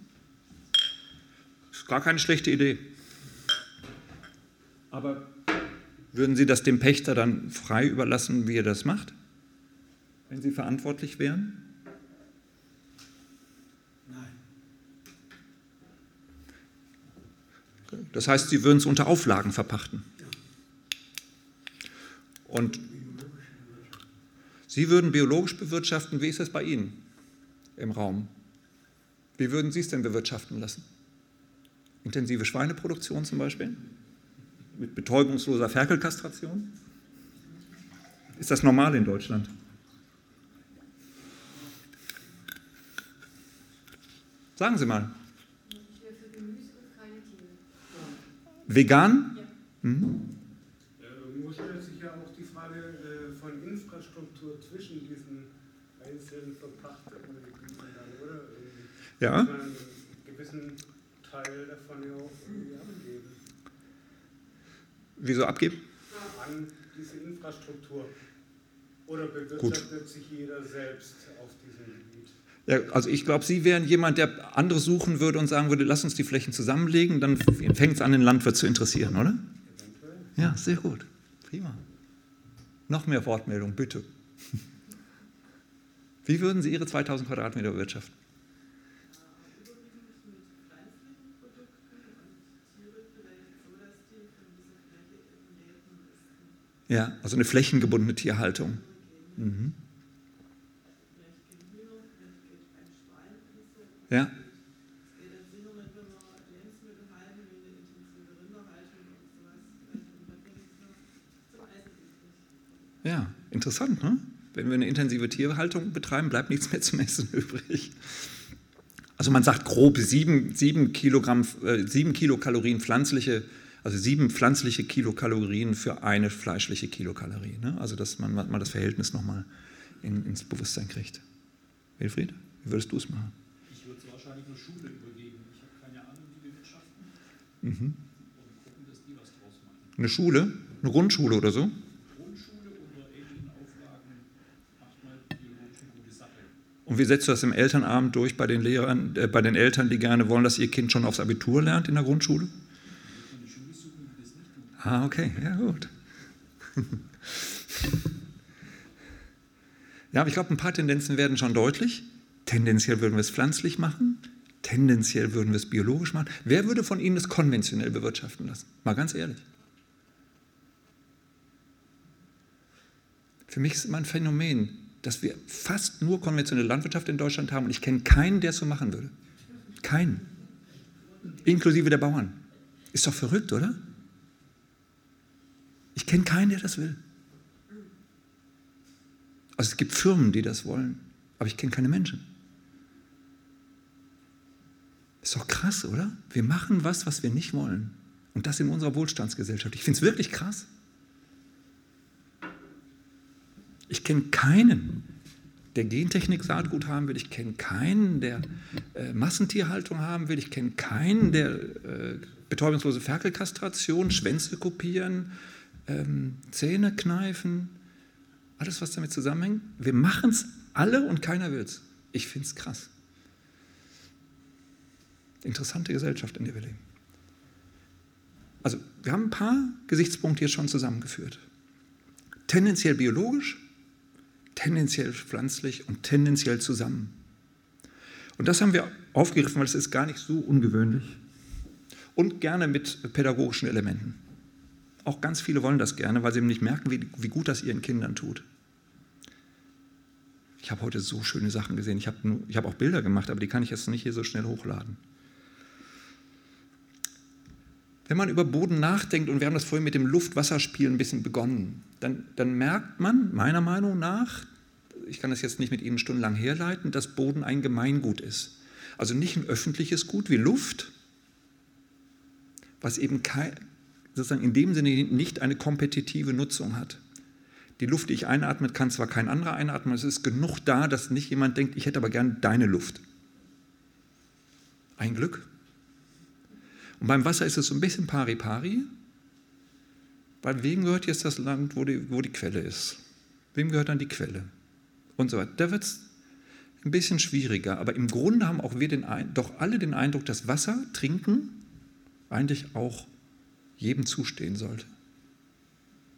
Das ist gar keine schlechte Idee. Aber Würden Sie das dem Pächter dann frei überlassen, wie er das macht, wenn Sie verantwortlich wären? Nein. Das heißt, Sie würden es unter Auflagen verpachten. Und Sie würden biologisch bewirtschaften. Wie ist das bei Ihnen im Raum? Wie würden Sie es denn bewirtschaften lassen? Intensive Schweineproduktion zum Beispiel? Mit betäubungsloser Ferkelkastration? Ist das normal in Deutschland? Sagen Sie mal. Ich wäre für Gemüse und keine Tiere. Vegan? Ja. Mhm. Irgendwo stellt sich ja auch die Frage von Infrastruktur zwischen diesen einzelnen verpachteten Gebieten dann, oder? Ja. Muss man einen gewissen Teil davon ja auch irgendwie abgeben. Wieso abgeben? An diese Infrastruktur. Oder bewirtschaftet sich jeder selbst auf diesem Gebiet? Ja, also ich glaube, Sie wären jemand, der andere suchen würde und sagen würde, lass uns die Flächen zusammenlegen, dann fängt es an, den Landwirt zu interessieren, oder? Eventuell. Ja, sehr gut. Prima. Noch mehr Wortmeldung, bitte. Wie würden Sie Ihre 2000 Quadratmeter bewirtschaften? Ja, also eine flächengebundene Tierhaltung. Mhm. Ja. Ja, interessant, ne? Wenn wir eine intensive Tierhaltung betreiben, bleibt nichts mehr zum Essen übrig. Also man sagt grob 7 Kilokalorien pflanzliche, also 7 pflanzliche Kilokalorien für eine fleischliche Kilokalorie. Ne? Also dass man mal das Verhältnis nochmal ins Bewusstsein kriegt. Wilfried, wie würdest du es machen? Ich würde es wahrscheinlich einer Schule übergeben. Ich habe keine Ahnung, wie die wirtschaften. Mhm. Und gucken, dass die was draus machen. Eine Schule? Eine Grundschule oder so? Grundschule unter ähnlichen Auflagen macht mal biologisch eine gute Sache. Und wie setzt du das im Elternabend durch bei den Lehrern, bei den Eltern, die gerne wollen, dass ihr Kind schon aufs Abitur lernt in der Grundschule? Ich kann eine Schule suchen, die das nicht tun. Ah, okay, ja gut. Ja, aber ich glaube, ein paar Tendenzen werden schon deutlich. Tendenziell würden wir es pflanzlich machen, tendenziell würden wir es biologisch machen. Wer würde von Ihnen das konventionell bewirtschaften lassen? Mal ganz ehrlich. Für mich ist immer ein Phänomen, dass wir fast nur konventionelle Landwirtschaft in Deutschland haben und ich kenne keinen, der es so machen würde. Keinen. Inklusive der Bauern. Ist doch verrückt, oder? Ich kenne keinen, der das will. Also es gibt Firmen, die das wollen, aber ich kenne keine Menschen. Ist doch krass, oder? Wir machen was wir nicht wollen. Und das in unserer Wohlstandsgesellschaft. Ich finde es wirklich krass. Ich kenne keinen, der Gentechnik Saatgut haben will. Ich kenne keinen, der Massentierhaltung haben will. Ich kenne keinen, der betäubungslose Ferkelkastration, Schwänze kopieren, Zähne kneifen, alles, was damit zusammenhängt. Wir machen es alle und keiner will es. Ich finde es krass. Interessante Gesellschaft, in der wir leben. Also, wir haben ein paar Gesichtspunkte jetzt schon zusammengeführt. Tendenziell biologisch, tendenziell pflanzlich und tendenziell zusammen. Und das haben wir aufgegriffen, weil es ist gar nicht so ungewöhnlich. Und gerne mit pädagogischen Elementen. Auch ganz viele wollen das gerne, weil sie nicht merken, wie gut das ihren Kindern tut. Ich habe heute so schöne Sachen gesehen. Ich habe auch Bilder gemacht, aber die kann ich jetzt nicht hier so schnell hochladen. Wenn man über Boden nachdenkt, und wir haben das vorhin mit dem Luft-Wasser-Spiel ein bisschen begonnen, dann merkt man, meiner Meinung nach, ich kann das jetzt nicht mit Ihnen stundenlang herleiten, dass Boden ein Gemeingut ist. Also nicht ein öffentliches Gut wie Luft, was eben sozusagen in dem Sinne nicht eine kompetitive Nutzung hat. Die Luft, die ich einatme, kann zwar kein anderer einatmen, es ist genug da, dass nicht jemand denkt, ich hätte aber gern deine Luft. Ein Glück. Und beim Wasser ist es so ein bisschen pari-pari, weil wem gehört jetzt das Land, wo die Quelle ist? Wem gehört dann die Quelle? Und so weiter. Da wird es ein bisschen schwieriger, aber im Grunde haben auch wir doch alle den Eindruck, dass Wasser, Trinken, eigentlich auch jedem zustehen sollte.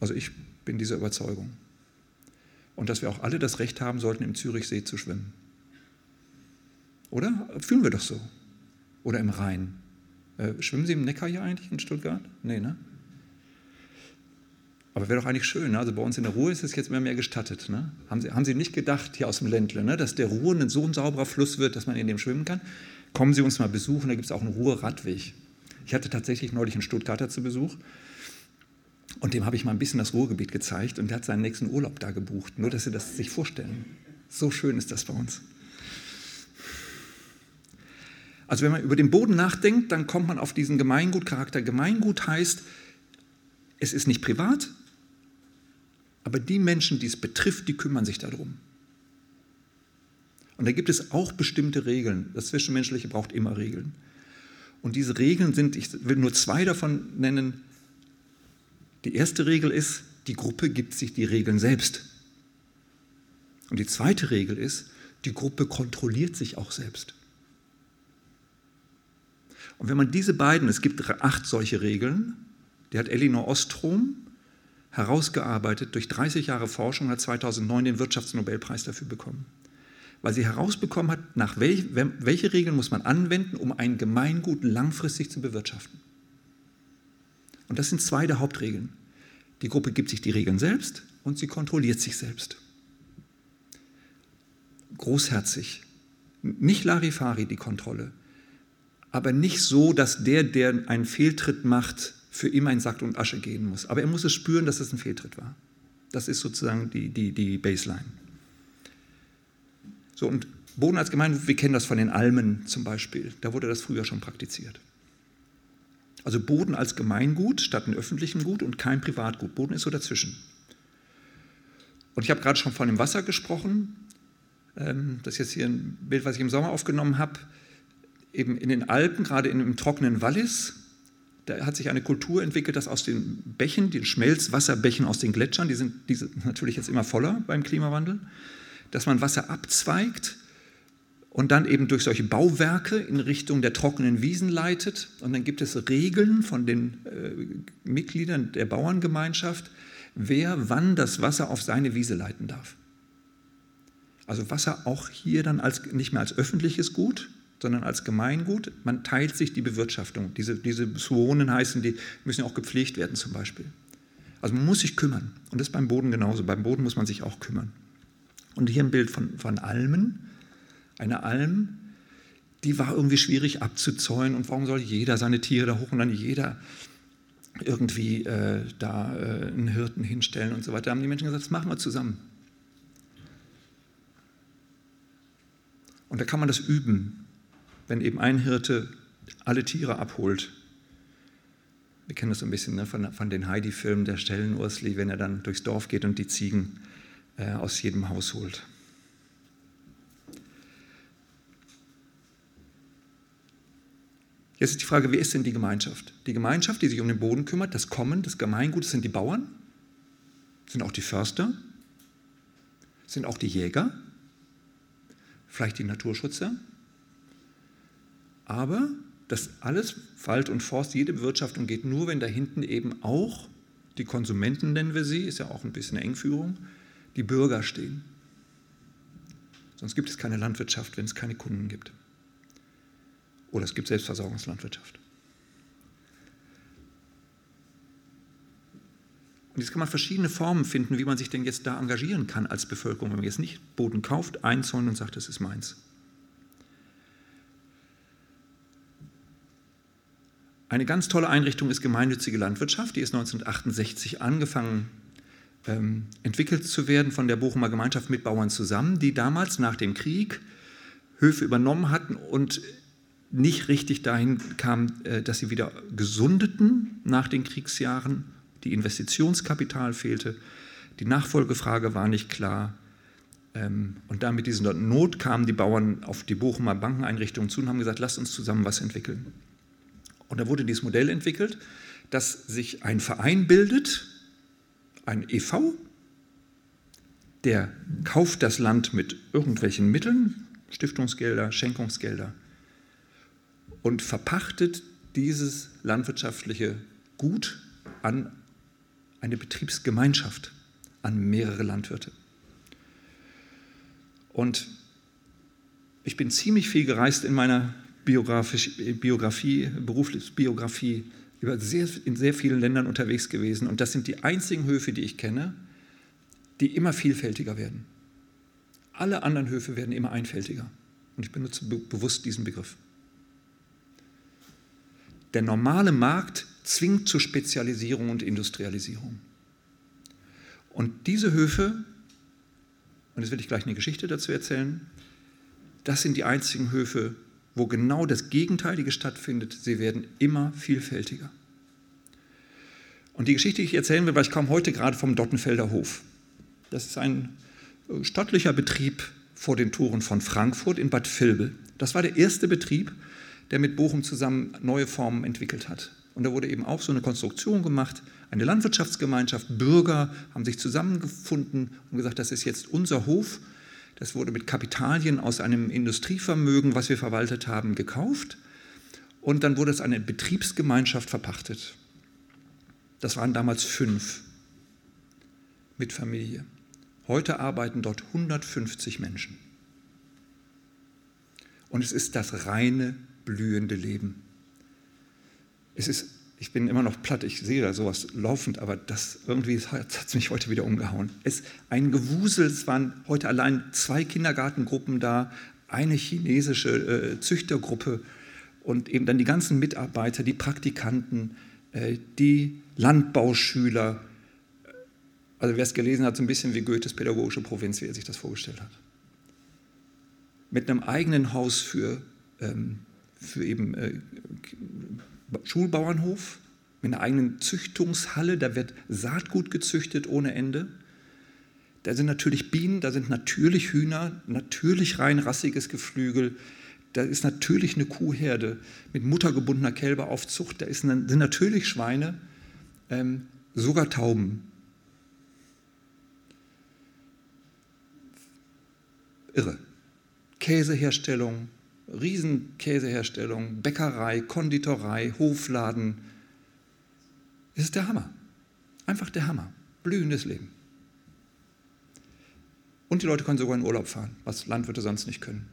Also ich bin dieser Überzeugung. Und dass wir auch alle das Recht haben sollten, im Zürichsee zu schwimmen. Oder? Fühlen wir doch so. Oder im Rhein. Schwimmen Sie im Neckar hier eigentlich in Stuttgart? Nee, ne? Aber wäre doch eigentlich schön, ne? Also bei uns in der Ruhr ist es jetzt immer mehr gestattet. Ne? Haben Sie nicht gedacht, hier aus dem Ländle, ne? Dass der Ruhr so ein sauberer Fluss wird, dass man in dem schwimmen kann? Kommen Sie uns mal besuchen, da gibt es auch einen Ruhr-Radweg. Ich hatte tatsächlich neulich einen Stuttgarter zu Besuch und dem habe ich mal ein bisschen das Ruhrgebiet gezeigt und der hat seinen nächsten Urlaub da gebucht. Nur, dass Sie das sich vorstellen. So schön ist das bei uns. Also wenn man über den Boden nachdenkt, dann kommt man auf diesen Gemeingutcharakter. Gemeingut heißt, es ist nicht privat, aber die Menschen, die es betrifft, die kümmern sich darum. Und da gibt es auch bestimmte Regeln. Das Zwischenmenschliche braucht immer Regeln. Und diese Regeln sind, ich will nur 2 davon nennen. Die erste Regel ist, die Gruppe gibt sich die Regeln selbst. Und die zweite Regel ist, die Gruppe kontrolliert sich auch selbst. Und wenn man diese beiden, es gibt 8 solche Regeln, die hat Elinor Ostrom herausgearbeitet, durch 30 Jahre Forschung, hat 2009 den Wirtschaftsnobelpreis dafür bekommen. Weil sie herausbekommen hat, welche Regeln muss man anwenden, um ein Gemeingut langfristig zu bewirtschaften. Und das sind 2 der Hauptregeln. Die Gruppe gibt sich die Regeln selbst und sie kontrolliert sich selbst. Großherzig. Nicht Larifari die Kontrolle, aber nicht so, dass der einen Fehltritt macht, für immer in Sack und Asche gehen muss. Aber er muss es spüren, dass es ein Fehltritt war. Das ist sozusagen die Baseline. So, und Boden als Gemeingut, wir kennen das von den Almen zum Beispiel. Da wurde das früher schon praktiziert. Also Boden als Gemeingut statt ein öffentlichem Gut und kein Privatgut. Boden ist so dazwischen. Und ich habe gerade schon von dem Wasser gesprochen. Das ist jetzt hier ein Bild, was ich im Sommer aufgenommen habe. Eben in den Alpen, gerade im trockenen Wallis, da hat sich eine Kultur entwickelt, dass aus den Bächen, den Schmelzwasserbächen aus den Gletschern, die sind natürlich jetzt immer voller beim Klimawandel, dass man Wasser abzweigt und dann eben durch solche Bauwerke in Richtung der trockenen Wiesen leitet. Und dann gibt es Regeln von den Mitgliedern der Bauerngemeinschaft, wer wann das Wasser auf seine Wiese leiten darf. Also Wasser auch hier dann nicht mehr als öffentliches Gut, sondern als Gemeingut. Man teilt sich die Bewirtschaftung. Diese Zoonen heißen, die müssen ja auch gepflegt werden zum Beispiel. Also man muss sich kümmern. Und das ist beim Boden genauso. Beim Boden muss man sich auch kümmern. Und hier ein Bild von Almen. Eine Alm, die war irgendwie schwierig abzuzäunen. Und warum soll jeder seine Tiere da hoch und dann jeder irgendwie einen Hirten hinstellen und so weiter. Da haben die Menschen gesagt, das machen wir zusammen. Und da kann man das üben, wenn eben ein Hirte alle Tiere abholt. Wir kennen das so ein bisschen, ne, von den Heidi-Filmen, der Stellenursli, wenn er dann durchs Dorf geht und die Ziegen aus jedem Haus holt. Jetzt ist die Frage, wer ist denn die Gemeinschaft? Die Gemeinschaft, die sich um den Boden kümmert, das Kommen, das Gemeingut, das sind die Bauern, sind auch die Förster, sind auch die Jäger, vielleicht die Naturschützer. Aber das alles, Wald und Forst, jede Bewirtschaftung geht nur, wenn da hinten eben auch die Konsumenten, nennen wir sie, ist ja auch ein bisschen eine Engführung, die Bürger stehen. Sonst gibt es keine Landwirtschaft, wenn es keine Kunden gibt. Oder es gibt Selbstversorgungslandwirtschaft. Und jetzt kann man verschiedene Formen finden, wie man sich denn jetzt da engagieren kann als Bevölkerung, wenn man jetzt nicht Boden kauft, einzäunt und sagt, das ist meins. Eine ganz tolle Einrichtung ist gemeinnützige Landwirtschaft. Die ist 1968 entwickelt zu werden von der Bochumer Gemeinschaft mit Bauern zusammen, die damals nach dem Krieg Höfe übernommen hatten und nicht richtig dahin kamen, dass sie wieder gesundeten nach den Kriegsjahren. Die Investitionskapital fehlte, die Nachfolgefrage war nicht klar. Und dann mit dieser Not kamen die Bauern auf die Bochumer Bankeneinrichtungen zu und haben gesagt, lasst uns zusammen was entwickeln. Und da wurde dieses Modell entwickelt, dass sich ein Verein bildet, ein e.V., der kauft das Land mit irgendwelchen Mitteln, Stiftungsgelder, Schenkungsgelder, und verpachtet dieses landwirtschaftliche Gut an eine Betriebsgemeinschaft an mehrere Landwirte. Und ich bin ziemlich viel gereist in meiner Berufsbiografie, in sehr vielen Ländern unterwegs gewesen. Und das sind die einzigen Höfe, die ich kenne, die immer vielfältiger werden. Alle anderen Höfe werden immer einfältiger. Und ich benutze bewusst diesen Begriff. Der normale Markt zwingt zur Spezialisierung und Industrialisierung. Und diese Höfe, und jetzt will ich gleich eine Geschichte dazu erzählen, das sind die einzigen Höfe, wo genau das Gegenteilige stattfindet. Sie werden immer vielfältiger. Und die Geschichte, die ich erzählen will, weil ich kam heute gerade vom Dottenfelder Hof. Das ist ein stattlicher Betrieb vor den Toren von Frankfurt in Bad Vilbel. Das war der erste Betrieb, der mit Bochum zusammen neue Formen entwickelt hat. Und da wurde eben auch so eine Konstruktion gemacht, eine Landwirtschaftsgemeinschaft, Bürger haben sich zusammengefunden und gesagt, das ist jetzt unser Hof. Das wurde mit Kapitalien aus einem Industrievermögen, was wir verwaltet haben, gekauft. Und dann wurde es an eine Betriebsgemeinschaft verpachtet. Das waren damals 5 mit Familie. Heute arbeiten dort 150 Menschen. Und es ist das reine, blühende Leben. Ich bin immer noch platt, ich sehe da sowas laufend, aber das hat es mich heute wieder umgehauen. Ein Gewusel, es waren heute allein 2 Kindergartengruppen da, eine chinesische Züchtergruppe und eben dann die ganzen Mitarbeiter, die Praktikanten, die Landbauschüler. Also wer es gelesen hat, so ein bisschen wie Goethes pädagogische Provinz, wie er sich das vorgestellt hat. Mit einem eigenen Haus für eben Schulbauernhof, mit einer eigenen Züchtungshalle, da wird Saatgut gezüchtet ohne Ende. Da sind natürlich Bienen, da sind natürlich Hühner, natürlich reinrassiges Geflügel, da ist natürlich eine Kuhherde mit muttergebundener Kälberaufzucht, da sind natürlich Schweine, sogar Tauben. Irre. Käseherstellung, Riesenkäseherstellung, Bäckerei, Konditorei, Hofladen. Es ist der Hammer. Einfach der Hammer. Blühendes Leben. Und die Leute können sogar in Urlaub fahren, was Landwirte sonst nicht können.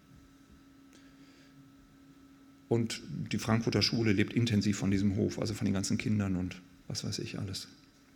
Und die Frankfurter Schule lebt intensiv von diesem Hof, also von den ganzen Kindern und was weiß ich alles.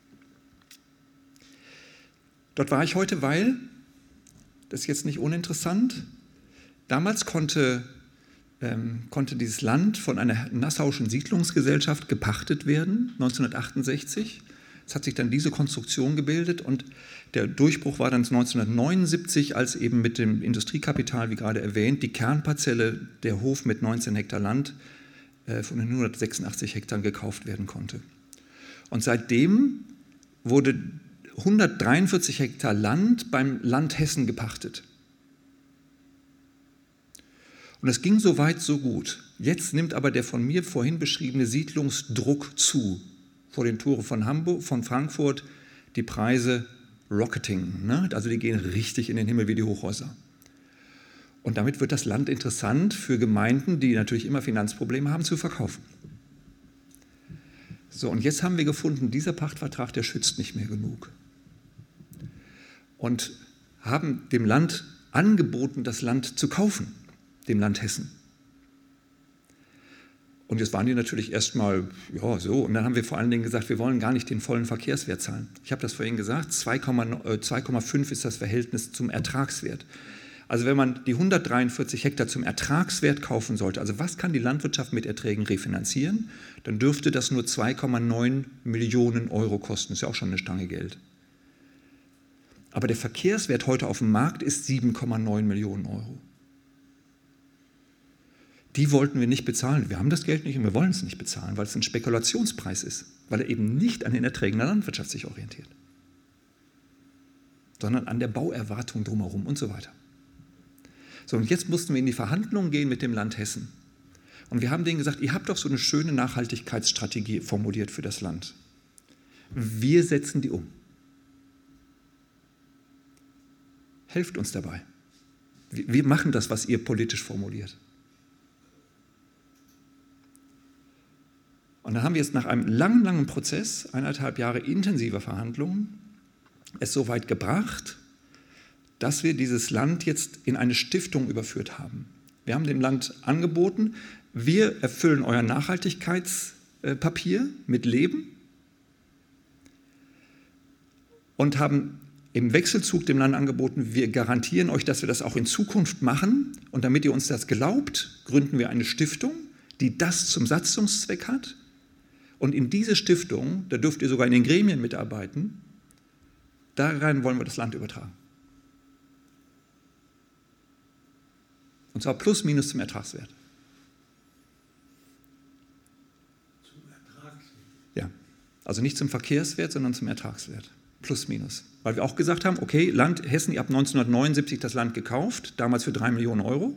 Dort war ich heute, weil, das ist jetzt nicht uninteressant, damals konnte dieses Land von einer nassauischen Siedlungsgesellschaft gepachtet werden, 1968. Es hat sich dann diese Konstruktion gebildet und der Durchbruch war dann 1979, als eben mit dem Industriekapital, wie gerade erwähnt, die Kernparzelle, der Hof mit 19 Hektar Land von den 186 Hektar gekauft werden konnte. Und seitdem wurde 143 Hektar Land beim Land Hessen gepachtet. Und es ging so weit, so gut. Jetzt nimmt aber der von mir vorhin beschriebene Siedlungsdruck zu. Vor den Toren von Frankfurt, die Preise rocketing, ne? Also die gehen richtig in den Himmel wie die Hochhäuser. Und damit wird das Land interessant für Gemeinden, die natürlich immer Finanzprobleme haben, zu verkaufen. So, und jetzt haben wir gefunden, dieser Pachtvertrag, der schützt nicht mehr genug. Und haben dem Land angeboten, das Land zu kaufen, dem Land Hessen. Und jetzt waren die natürlich erstmal, ja, so. Und dann haben wir vor allen Dingen gesagt, wir wollen gar nicht den vollen Verkehrswert zahlen. Ich habe das vorhin gesagt, 2,5 ist das Verhältnis zum Ertragswert. Also wenn man die 143 Hektar zum Ertragswert kaufen sollte, also was kann die Landwirtschaft mit Erträgen refinanzieren, dann dürfte das nur 2,9 Millionen Euro kosten. Das ist ja auch schon eine Stange Geld. Aber der Verkehrswert heute auf dem Markt ist 7,9 Millionen Euro. Die wollten wir nicht bezahlen. Wir haben das Geld nicht und wir wollen es nicht bezahlen, weil es ein Spekulationspreis ist, weil er eben nicht an den Erträgen der Landwirtschaft sich orientiert, sondern an der Bauerwartung drumherum und so weiter. So, und jetzt mussten wir in die Verhandlungen gehen mit dem Land Hessen. Und wir haben denen gesagt, ihr habt doch so eine schöne Nachhaltigkeitsstrategie formuliert für das Land. Wir setzen die um. Helft uns dabei. Wir machen das, was ihr politisch formuliert. Und dann haben wir jetzt nach einem langen, langen Prozess, 1,5 Jahre intensiver Verhandlungen, es so weit gebracht, dass wir dieses Land jetzt in eine Stiftung überführt haben. Wir haben dem Land angeboten, wir erfüllen euer Nachhaltigkeitspapier mit Leben und haben im Wechselzug dem Land angeboten, wir garantieren euch, dass wir das auch in Zukunft machen. Und damit ihr uns das glaubt, gründen wir eine Stiftung, die das zum Satzungszweck hat. Und in diese Stiftung, da dürft ihr sogar in den Gremien mitarbeiten, da rein wollen wir das Land übertragen. Und zwar plus minus zum Ertragswert. Zum Ertragswert? Ja, also nicht zum Verkehrswert, sondern zum Ertragswert. Plus minus. Weil wir auch gesagt haben, okay, Land Hessen, ihr habt 1979 das Land gekauft, damals für 3 Millionen Euro.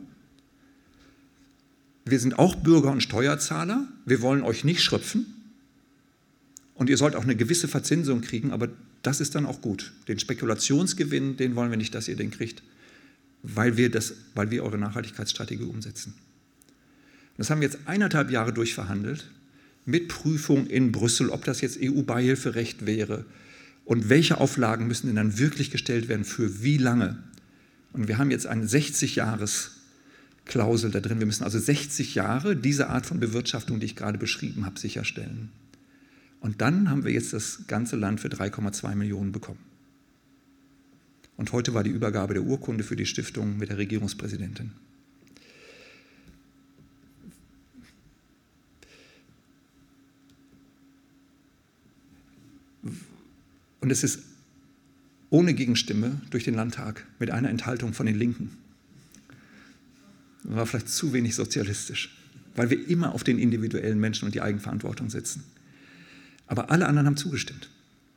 Wir sind auch Bürger und Steuerzahler, wir wollen euch nicht schröpfen und ihr sollt auch eine gewisse Verzinsung kriegen, aber das ist dann auch gut. Den Spekulationsgewinn, den wollen wir nicht, dass ihr den kriegt, weil wir eure Nachhaltigkeitsstrategie umsetzen. Das haben wir jetzt 1,5 Jahre durchverhandelt, mit Prüfung in Brüssel, ob das jetzt EU-Beihilferecht wäre und welche Auflagen müssen denn dann wirklich gestellt werden, für wie lange. Und wir haben jetzt eine 60-Jahres-Klausel da drin. Wir müssen also 60 Jahre diese Art von Bewirtschaftung, die ich gerade beschrieben habe, sicherstellen. Und dann haben wir jetzt das ganze Land für 3,2 Millionen bekommen. Und heute war die Übergabe der Urkunde für die Stiftung mit der Regierungspräsidentin. Und es ist ohne Gegenstimme durch den Landtag mit einer Enthaltung von den Linken. Das war vielleicht zu wenig sozialistisch, weil wir immer auf den individuellen Menschen und die Eigenverantwortung setzen. Aber alle anderen haben zugestimmt.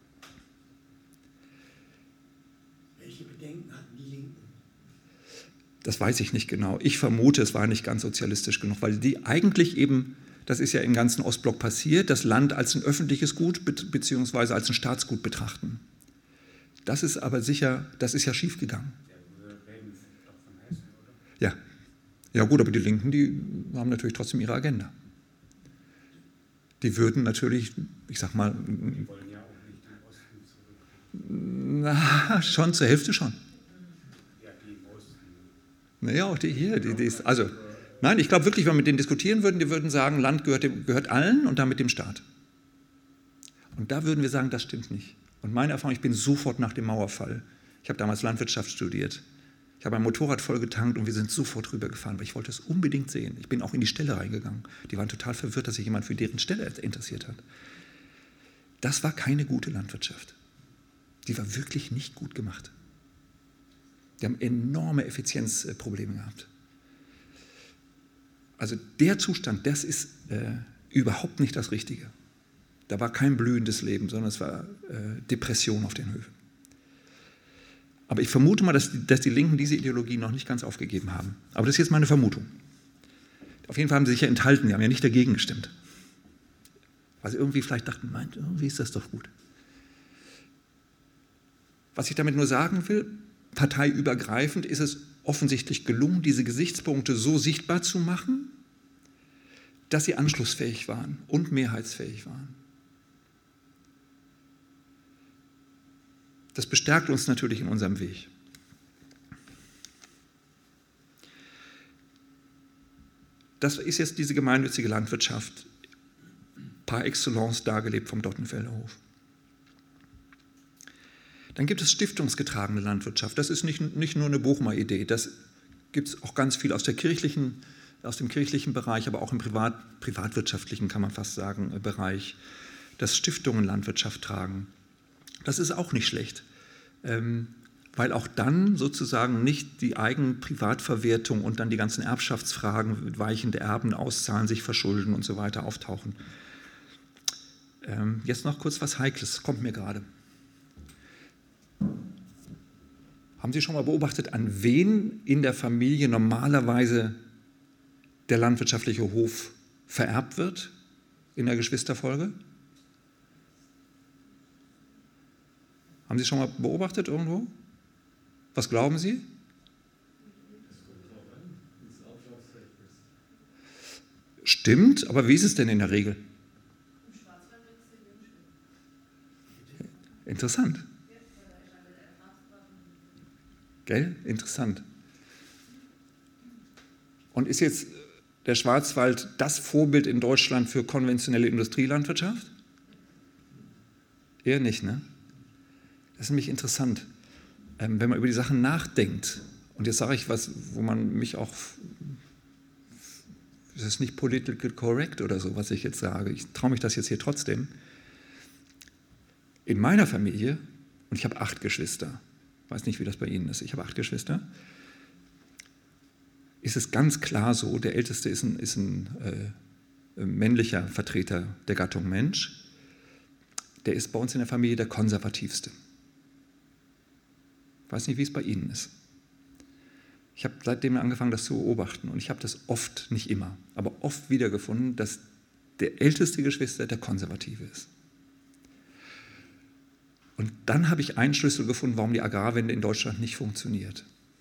Welche Bedenken hatten die Linken? Das weiß ich nicht genau. Ich vermute, es war nicht ganz sozialistisch genug, weil die eigentlich eben, das ist ja im ganzen Ostblock passiert, das Land als ein öffentliches Gut bzw. als ein Staatsgut betrachten. Das ist aber sicher, das ist ja schiefgegangen. Wir reden doch von Hessen, oder? Ja. Ja gut, aber die Linken, die haben natürlich trotzdem ihre Agenda. Die würden natürlich, ich sag mal, Die wollen ja auch nicht den Osten zurück. na, schon zur Hälfte schon. Ja, die im Osten. Naja, auch die hier, die ist, also, nein, ich glaube wirklich, wenn wir mit denen diskutieren würden, die würden sagen, Land gehört allen und damit dem Staat. Und da würden wir sagen, das stimmt nicht. Und meine Erfahrung, ich bin sofort nach dem Mauerfall, ich habe damals Landwirtschaft studiert, ich habe ein Motorrad voll getankt und wir sind sofort rübergefahren, weil ich wollte es unbedingt sehen. Ich bin auch in die Ställe reingegangen. Die waren total verwirrt, dass sich jemand für deren Ställe interessiert hat. Das war keine gute Landwirtschaft. Die war wirklich nicht gut gemacht. Die haben enorme Effizienzprobleme gehabt. Also der Zustand, das ist überhaupt nicht das Richtige. Da war kein blühendes Leben, sondern es war Depression auf den Höfen. Aber ich vermute mal, dass die Linken diese Ideologie noch nicht ganz aufgegeben haben. Aber das ist jetzt meine Vermutung. Auf jeden Fall haben sie sich ja enthalten, die haben ja nicht dagegen gestimmt. Weil sie irgendwie vielleicht dachten, meint, irgendwie ist das doch gut. Was ich damit nur sagen will, parteiübergreifend ist es offensichtlich gelungen, diese Gesichtspunkte so sichtbar zu machen, dass sie anschlussfähig waren und mehrheitsfähig waren. Das bestärkt uns natürlich in unserem Weg. Das ist jetzt diese gemeinnützige Landwirtschaft par excellence dargelebt vom Dottenfelder Hof. Dann gibt es stiftungsgetragene Landwirtschaft. Das ist nicht nur eine Bochumer Idee. Das gibt es auch ganz viel aus dem kirchlichen Bereich, aber auch im privatwirtschaftlichen, kann man fast sagen, Bereich, dass Stiftungen Landwirtschaft tragen. Das ist auch nicht schlecht, weil auch dann sozusagen nicht die Privatverwertung und dann die ganzen Erbschaftsfragen, weichende Erben auszahlen, sich verschulden und so weiter auftauchen. Jetzt noch kurz was Heikles, kommt mir gerade. Haben Sie schon mal beobachtet, an wen in der Familie normalerweise der landwirtschaftliche Hof vererbt wird in der Geschwisterfolge? Haben Sie schon mal beobachtet irgendwo? Was glauben Sie? Stimmt, aber wie ist es denn in der Regel? Interessant. Gell? Interessant. Und ist jetzt der Schwarzwald das Vorbild in Deutschland für konventionelle Industrielandwirtschaft? Eher nicht, ne? Das ist nämlich interessant, wenn man über die Sachen nachdenkt. Und jetzt sage ich was, wo man mich auch, es ist nicht political correct oder so, was ich jetzt sage. Ich traue mich das jetzt hier trotzdem. In meiner Familie, und ich habe 8 Geschwister, weiß nicht, wie das bei Ihnen ist, ich habe 8 Geschwister, ist es ganz klar so, der Älteste ist ein männlicher Vertreter der Gattung Mensch, der ist bei uns in der Familie der konservativste. Ich weiß nicht, wie es bei Ihnen ist. Ich habe seitdem angefangen, das zu beobachten und ich habe das oft, nicht immer, aber oft wiedergefunden, dass der älteste Geschwister der Konservative ist. Und dann habe ich einen Schlüssel gefunden, warum die Agrarwende in Deutschland nicht funktioniert.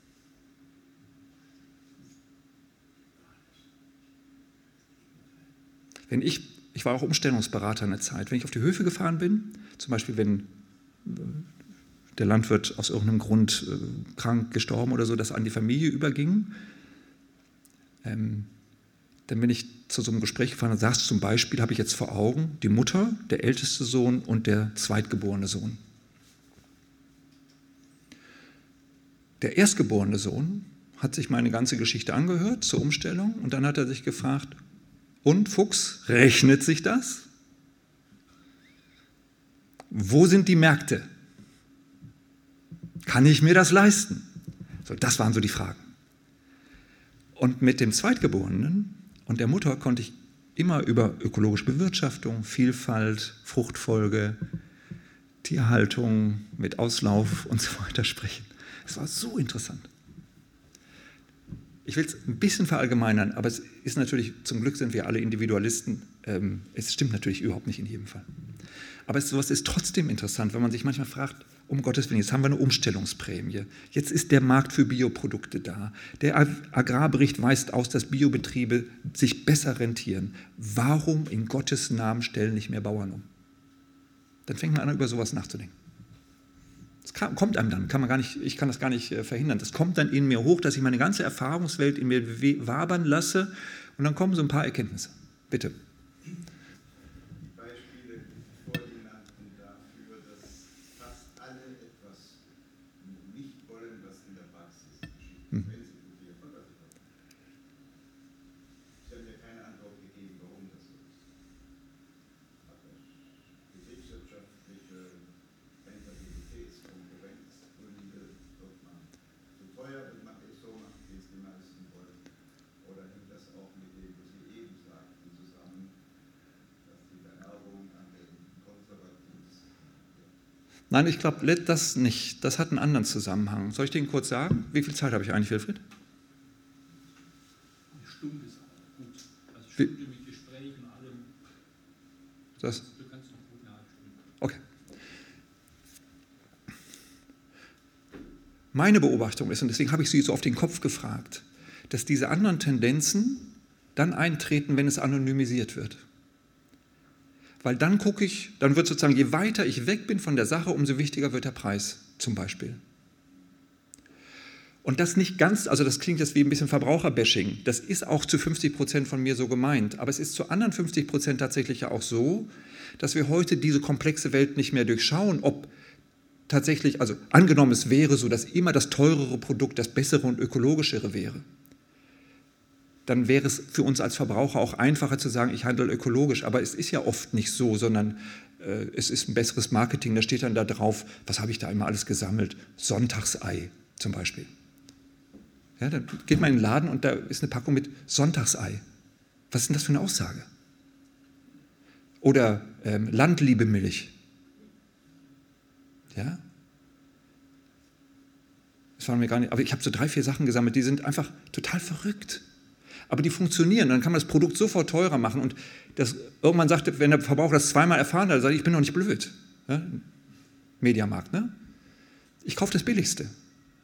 Ich war auch Umstellungsberater eine Zeit, wenn ich auf die Höfe gefahren bin, zum Beispiel wenn der Landwirt aus irgendeinem Grund krank, gestorben oder so, das an die Familie überging, dann bin ich zu so einem Gespräch gefahren und saß zum Beispiel, habe ich jetzt vor Augen, die Mutter, der älteste Sohn und der zweitgeborene Sohn. Der erstgeborene Sohn hat sich meine ganze Geschichte angehört zur Umstellung und dann hat er sich gefragt, und Fuchs, rechnet sich das? Wo sind die Märkte? Kann ich mir das leisten? So, das waren so die Fragen. Und mit dem Zweitgeborenen und der Mutter konnte ich immer über ökologische Bewirtschaftung, Vielfalt, Fruchtfolge, Tierhaltung mit Auslauf und so weiter sprechen. Es war so interessant. Ich will es ein bisschen verallgemeinern, aber es ist natürlich, zum Glück sind wir alle Individualisten, es stimmt natürlich überhaupt nicht in jedem Fall. Aber sowas ist trotzdem interessant, wenn man sich manchmal fragt, um Gottes Willen, jetzt haben wir eine Umstellungsprämie, jetzt ist der Markt für Bioprodukte da, der Agrarbericht weist aus, dass Biobetriebe sich besser rentieren. Warum in Gottes Namen stellen nicht mehr Bauern um? Dann fängt man an, über sowas nachzudenken. Das kommt einem dann, ich kann das gar nicht verhindern. Das kommt dann in mir hoch, dass ich meine ganze Erfahrungswelt in mir wabern lasse und dann kommen so ein paar Erkenntnisse. Bitte. Beispiele vorgenannten dafür, dass fast alle etwas nicht wollen, was in der Praxis geschieht. Wenn sie probieren, von was sie wollen. Sie haben mir keine Antwort gegeben, warum das so ist. Aber betriebswirtschaftliche Rentabilitätskonkurrenzgründe wird man zu teuer, wenn man es so macht, wie es die meisten wollen. Oder hängt das auch mit dem, was Sie eben sagten, zusammen, dass die Vererbung an den Konservativen. Nein, ich glaube, das nicht. Das hat einen anderen Zusammenhang. Soll ich den kurz sagen? Wie viel Zeit habe ich eigentlich, Wilfried? Eine Stunde ist auch gut. Also Stunde mit Gesprächen und allem. Das? Du kannst noch gut eine halbe Stunde. Okay. Meine Beobachtung ist, und deswegen habe ich Sie so auf den Kopf gefragt, dass diese anderen Tendenzen dann eintreten, wenn es anonymisiert wird. Weil dann dann wird sozusagen, je weiter ich weg bin von der Sache, umso wichtiger wird der Preis zum Beispiel. Und das nicht ganz, also das klingt jetzt wie ein bisschen Verbraucherbashing, das ist auch zu 50% von mir so gemeint, aber es ist zu anderen 50% tatsächlich ja auch so, dass wir heute diese komplexe Welt nicht mehr durchschauen, ob tatsächlich, also angenommen es wäre so, dass immer das teurere Produkt das bessere und ökologischere wäre, dann wäre es für uns als Verbraucher auch einfacher zu sagen, ich handle ökologisch, aber es ist ja oft nicht so, sondern es ist ein besseres Marketing, da steht dann da drauf, was habe ich da immer alles gesammelt, Sonntagsei zum Beispiel. Ja, dann geht man in den Laden und da ist eine Packung mit Sonntagsei. Was ist denn das für eine Aussage? Oder Landliebemilch. Ja? Das war mir gar nicht, aber ich habe so 3, 4 Sachen gesammelt, die sind einfach total verrückt. Aber die funktionieren, dann kann man das Produkt sofort teurer machen und irgendwann sagte, wenn der Verbraucher das zweimal erfahren hat, sagt er, ich bin doch nicht blöd. Ja? Mediamarkt, ne? Ich kaufe das Billigste.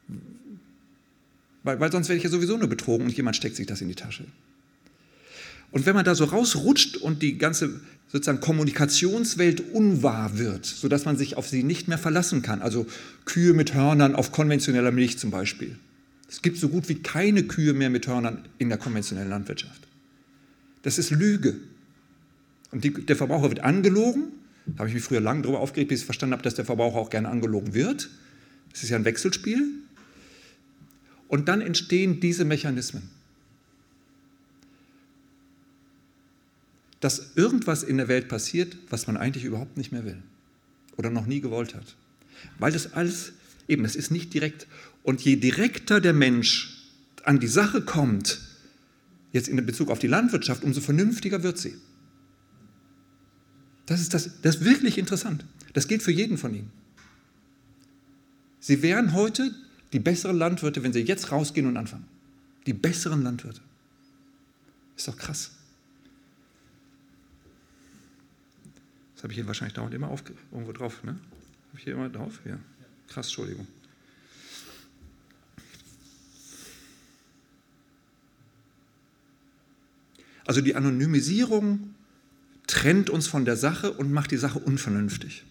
Weil sonst werde ich ja sowieso nur betrogen und jemand steckt sich das in die Tasche. Und wenn man da so rausrutscht und die ganze sozusagen Kommunikationswelt unwahr wird, sodass man sich auf sie nicht mehr verlassen kann, also Kühe mit Hörnern auf konventioneller Milch zum Beispiel. Es gibt so gut wie keine Kühe mehr mit Hörnern in der konventionellen Landwirtschaft. Das ist Lüge. Und der Verbraucher wird angelogen. Da habe ich mich früher lange darüber aufgeregt, bis ich verstanden habe, dass der Verbraucher auch gerne angelogen wird. Das ist ja ein Wechselspiel. Und dann entstehen diese Mechanismen. Dass irgendwas in der Welt passiert, was man eigentlich überhaupt nicht mehr will oder noch nie gewollt hat. Weil das alles, eben, das ist nicht direkt. Und je direkter der Mensch an die Sache kommt, jetzt in Bezug auf die Landwirtschaft, umso vernünftiger wird sie. Das ist wirklich interessant. Das gilt für jeden von Ihnen. Sie wären heute die besseren Landwirte, wenn Sie jetzt rausgehen und anfangen. Die besseren Landwirte. Ist doch krass. Das habe ich hier wahrscheinlich dauernd immer irgendwo drauf, ne? Habe ich hier immer drauf? Ja. Krass, Entschuldigung. Also die Anonymisierung trennt uns von der Sache und macht die Sache unvernünftig.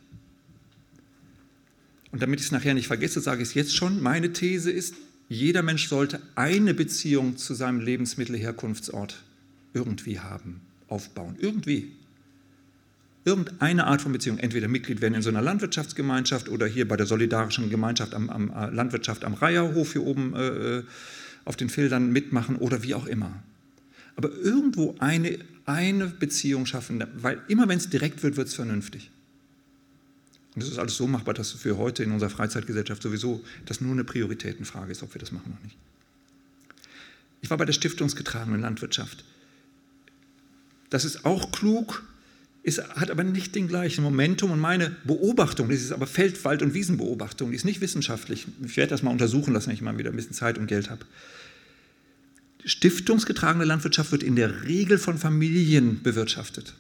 Und damit ich es nachher nicht vergesse, sage ich es jetzt schon. Meine These ist, jeder Mensch sollte eine Beziehung zu seinem Lebensmittelherkunftsort irgendwie haben, aufbauen. Irgendwie. Irgendeine Art von Beziehung. Entweder Mitglied werden in so einer Landwirtschaftsgemeinschaft oder hier bei der solidarischen Gemeinschaft am Landwirtschaft am Reiherhof hier oben auf den Feldern mitmachen oder wie auch immer. Aber irgendwo eine Beziehung schaffen, weil immer wenn es direkt wird, wird es vernünftig. Und das ist alles so machbar, dass für heute in unserer Freizeitgesellschaft sowieso das nur eine Prioritätenfrage ist, ob wir das machen oder nicht. Ich war bei der stiftungsgetragenen Landwirtschaft. Das ist auch klug, hat aber nicht den gleichen Momentum. Und meine Beobachtung, das ist aber Feld-, Wald- und Wiesenbeobachtung, die ist nicht wissenschaftlich. Ich werde das mal untersuchen lassen, wenn ich mal wieder ein bisschen Zeit und Geld habe. Stiftungsgetragene Landwirtschaft wird in der Regel von Familien bewirtschaftet.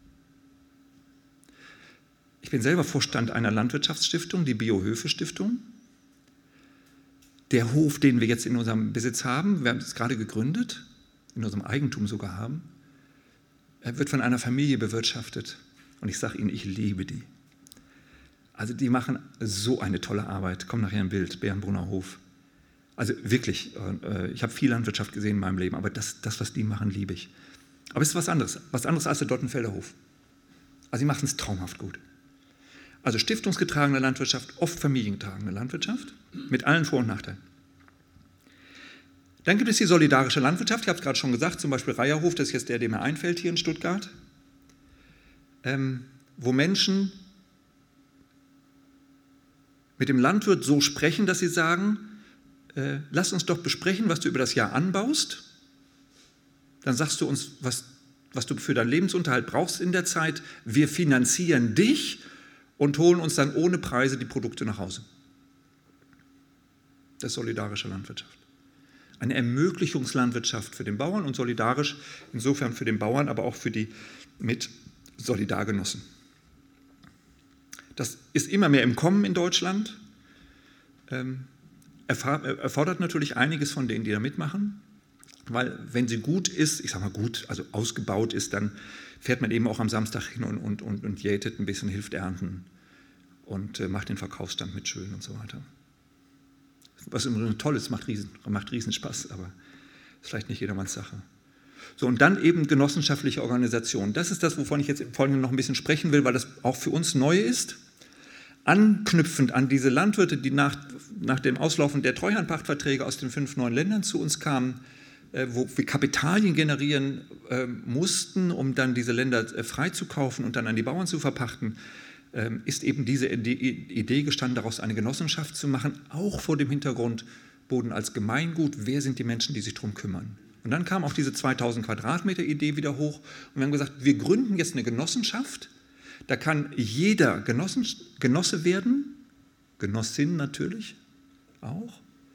Ich bin selber Vorstand einer Landwirtschaftsstiftung, die Biohöfe-Stiftung. Der Hof, den wir jetzt in unserem Besitz haben, wir haben es gerade gegründet, in unserem Eigentum sogar haben, wird von einer Familie bewirtschaftet. Und ich sage Ihnen, ich liebe die. Also die machen so eine tolle Arbeit. Kommt nachher ein Bild, Bärenbrunner Hof. Also wirklich, ich habe viel Landwirtschaft gesehen in meinem Leben, aber das, was die machen, liebe ich. Aber es ist was anderes als der Dottenfelder Hof. Also die machen es traumhaft gut. Also stiftungsgetragene Landwirtschaft, oft familiengetragene Landwirtschaft, mit allen Vor- und Nachteilen. Dann gibt es die solidarische Landwirtschaft, ich habe es gerade schon gesagt, zum Beispiel Reiherhof, das ist jetzt der mir einfällt hier in Stuttgart, wo Menschen mit dem Landwirt so sprechen, dass sie sagen, lass uns doch besprechen, was du über das Jahr anbaust. Dann sagst du uns, was du für deinen Lebensunterhalt brauchst in der Zeit. Wir finanzieren dich und holen uns dann ohne Preise die Produkte nach Hause. Das ist solidarische Landwirtschaft. Eine Ermöglichungslandwirtschaft für den Bauern und solidarisch insofern für den Bauern, aber auch für die mit Solidargenossen. Das ist immer mehr im Kommen in Deutschland. Erfordert natürlich einiges von denen, die da mitmachen, weil wenn sie gut ist, ich sage mal gut, also ausgebaut ist, dann fährt man eben auch am Samstag hin und jätet ein bisschen, hilft ernten und macht den Verkaufsstand mit schön und so weiter. Was im Grunde toll ist, macht riesen Spaß, aber ist vielleicht nicht jedermanns Sache. So, und dann eben genossenschaftliche Organisationen. Das ist das, wovon ich jetzt im Folgenden noch ein bisschen sprechen will, weil das auch für uns neu ist. Anknüpfend an diese Landwirte, die nach dem Auslaufen der Treuhandpachtverträge aus den 5 neuen Ländern zu uns kamen, wo wir Kapitalien generieren mussten, um dann diese Länder freizukaufen und dann an die Bauern zu verpachten, ist eben diese Idee gestanden, daraus eine Genossenschaft zu machen, auch vor dem Hintergrund Boden als Gemeingut, wer sind die Menschen, die sich darum kümmern. Und dann kam auch diese 2000 Quadratmeter Idee wieder hoch und wir haben gesagt, wir gründen jetzt eine Genossenschaft, da kann jeder Genosse werden, Genossin natürlich auch,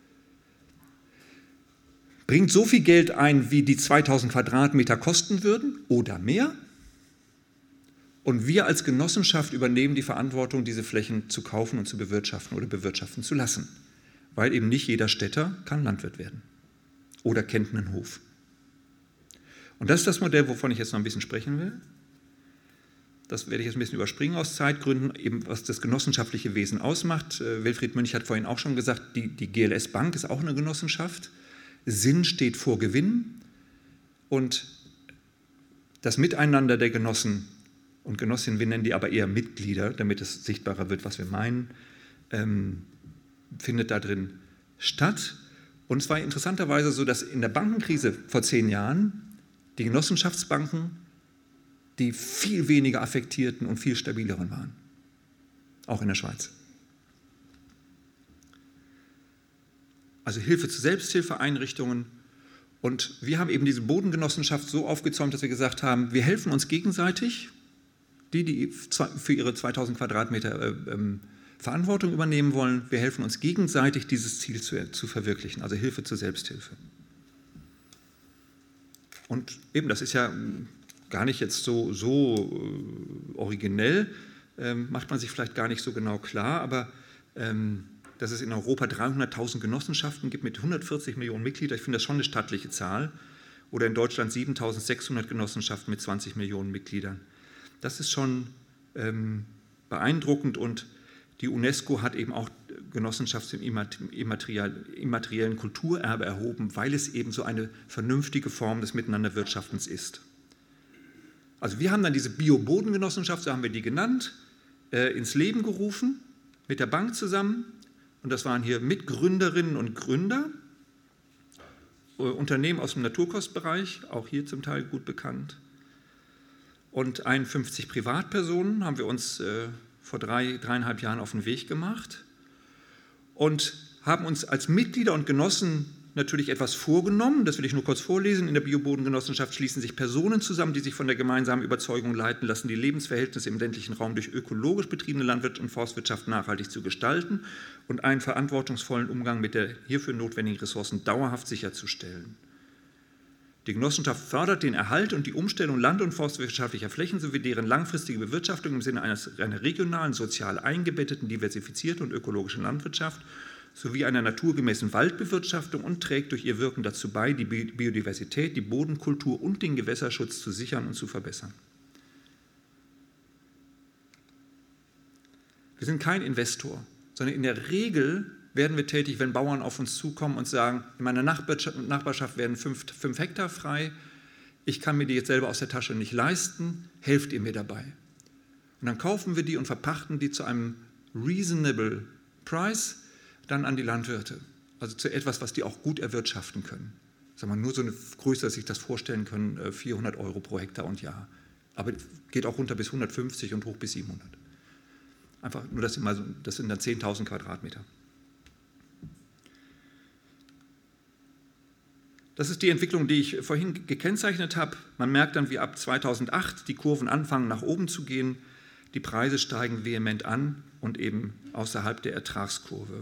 bringt so viel Geld ein, wie die 2000 Quadratmeter kosten würden oder mehr. Und wir als Genossenschaft übernehmen die Verantwortung, diese Flächen zu kaufen und zu bewirtschaften oder bewirtschaften zu lassen. Weil eben nicht jeder Städter kann Landwirt werden oder kennt einen Hof. Und das ist das Modell, wovon ich jetzt noch ein bisschen sprechen will. Das werde ich jetzt ein bisschen überspringen aus Zeitgründen, eben was das genossenschaftliche Wesen ausmacht. Wilfried Münch hat vorhin auch schon gesagt, die GLS Bank ist auch eine Genossenschaft. Sinn steht vor Gewinn und das Miteinander der Genossen und Genossinnen, wir nennen die aber eher Mitglieder, damit es sichtbarer wird, was wir meinen, findet da drin statt. Und es war interessanterweise so, dass in der Bankenkrise vor 10 Jahren die Genossenschaftsbanken die viel weniger affektierten und viel stabileren waren. Auch in der Schweiz. Also Hilfe zu Selbsthilfeeinrichtungen. Und wir haben eben diese Bodengenossenschaft so aufgezäumt, dass wir gesagt haben, wir helfen uns gegenseitig, die für ihre 2000 Quadratmeter Verantwortung übernehmen wollen, wir helfen uns gegenseitig, dieses Ziel zu verwirklichen, also Hilfe zur Selbsthilfe. Und eben, das ist ja gar nicht jetzt so originell, macht man sich vielleicht gar nicht so genau klar, aber dass es in Europa 300.000 Genossenschaften gibt mit 140 Millionen Mitgliedern, ich finde das schon eine stattliche Zahl, oder in Deutschland 7.600 Genossenschaften mit 20 Millionen Mitgliedern. Das ist schon beeindruckend und die UNESCO hat eben auch Genossenschaft zum immateriellen Kulturerbe erhoben, weil es eben so eine vernünftige Form des Miteinanderwirtschaftens ist. Also wir haben dann diese Bio-Bodengenossenschaft, so haben wir die genannt, ins Leben gerufen, mit der Bank zusammen. Und das waren hier Mitgründerinnen und Gründer, Unternehmen aus dem Naturkostbereich, auch hier zum Teil gut bekannt. Und 51 Privatpersonen haben wir uns vor 3,5 Jahren auf den Weg gemacht und haben uns als Mitglieder und Genossen natürlich etwas vorgenommen, das will ich nur kurz vorlesen. In der Biobodengenossenschaft schließen sich Personen zusammen, die sich von der gemeinsamen Überzeugung leiten lassen, die Lebensverhältnisse im ländlichen Raum durch ökologisch betriebene Landwirtschaft und Forstwirtschaft nachhaltig zu gestalten und einen verantwortungsvollen Umgang mit der hierfür notwendigen Ressourcen dauerhaft sicherzustellen. Die Genossenschaft fördert den Erhalt und die Umstellung land- und forstwirtschaftlicher Flächen sowie deren langfristige Bewirtschaftung im Sinne einer regionalen, sozial eingebetteten, diversifizierten und ökologischen Landwirtschaft sowie einer naturgemäßen Waldbewirtschaftung und trägt durch ihr Wirken dazu bei, die Biodiversität, die Bodenkultur und den Gewässerschutz zu sichern und zu verbessern. Wir sind kein Investor, sondern in der Regel werden wir tätig, wenn Bauern auf uns zukommen und sagen, in meiner Nachbarschaft werden 5 Hektar frei, ich kann mir die jetzt selber aus der Tasche nicht leisten, helft ihr mir dabei? Und dann kaufen wir die und verpachten die zu einem reasonable price dann an die Landwirte, also zu etwas, was die auch gut erwirtschaften können. Sagen wir nur so eine Größe, dass Sie sich das vorstellen können, 400 € pro Hektar und Jahr. Aber geht auch runter bis 150 und hoch bis 700. Einfach nur, dass Sie mal so, das sind dann 10.000 Quadratmeter. Das ist die Entwicklung, die ich vorhin gekennzeichnet habe. Man merkt dann, wie ab 2008 die Kurven anfangen nach oben zu gehen, die Preise steigen vehement an und eben außerhalb der Ertragskurve.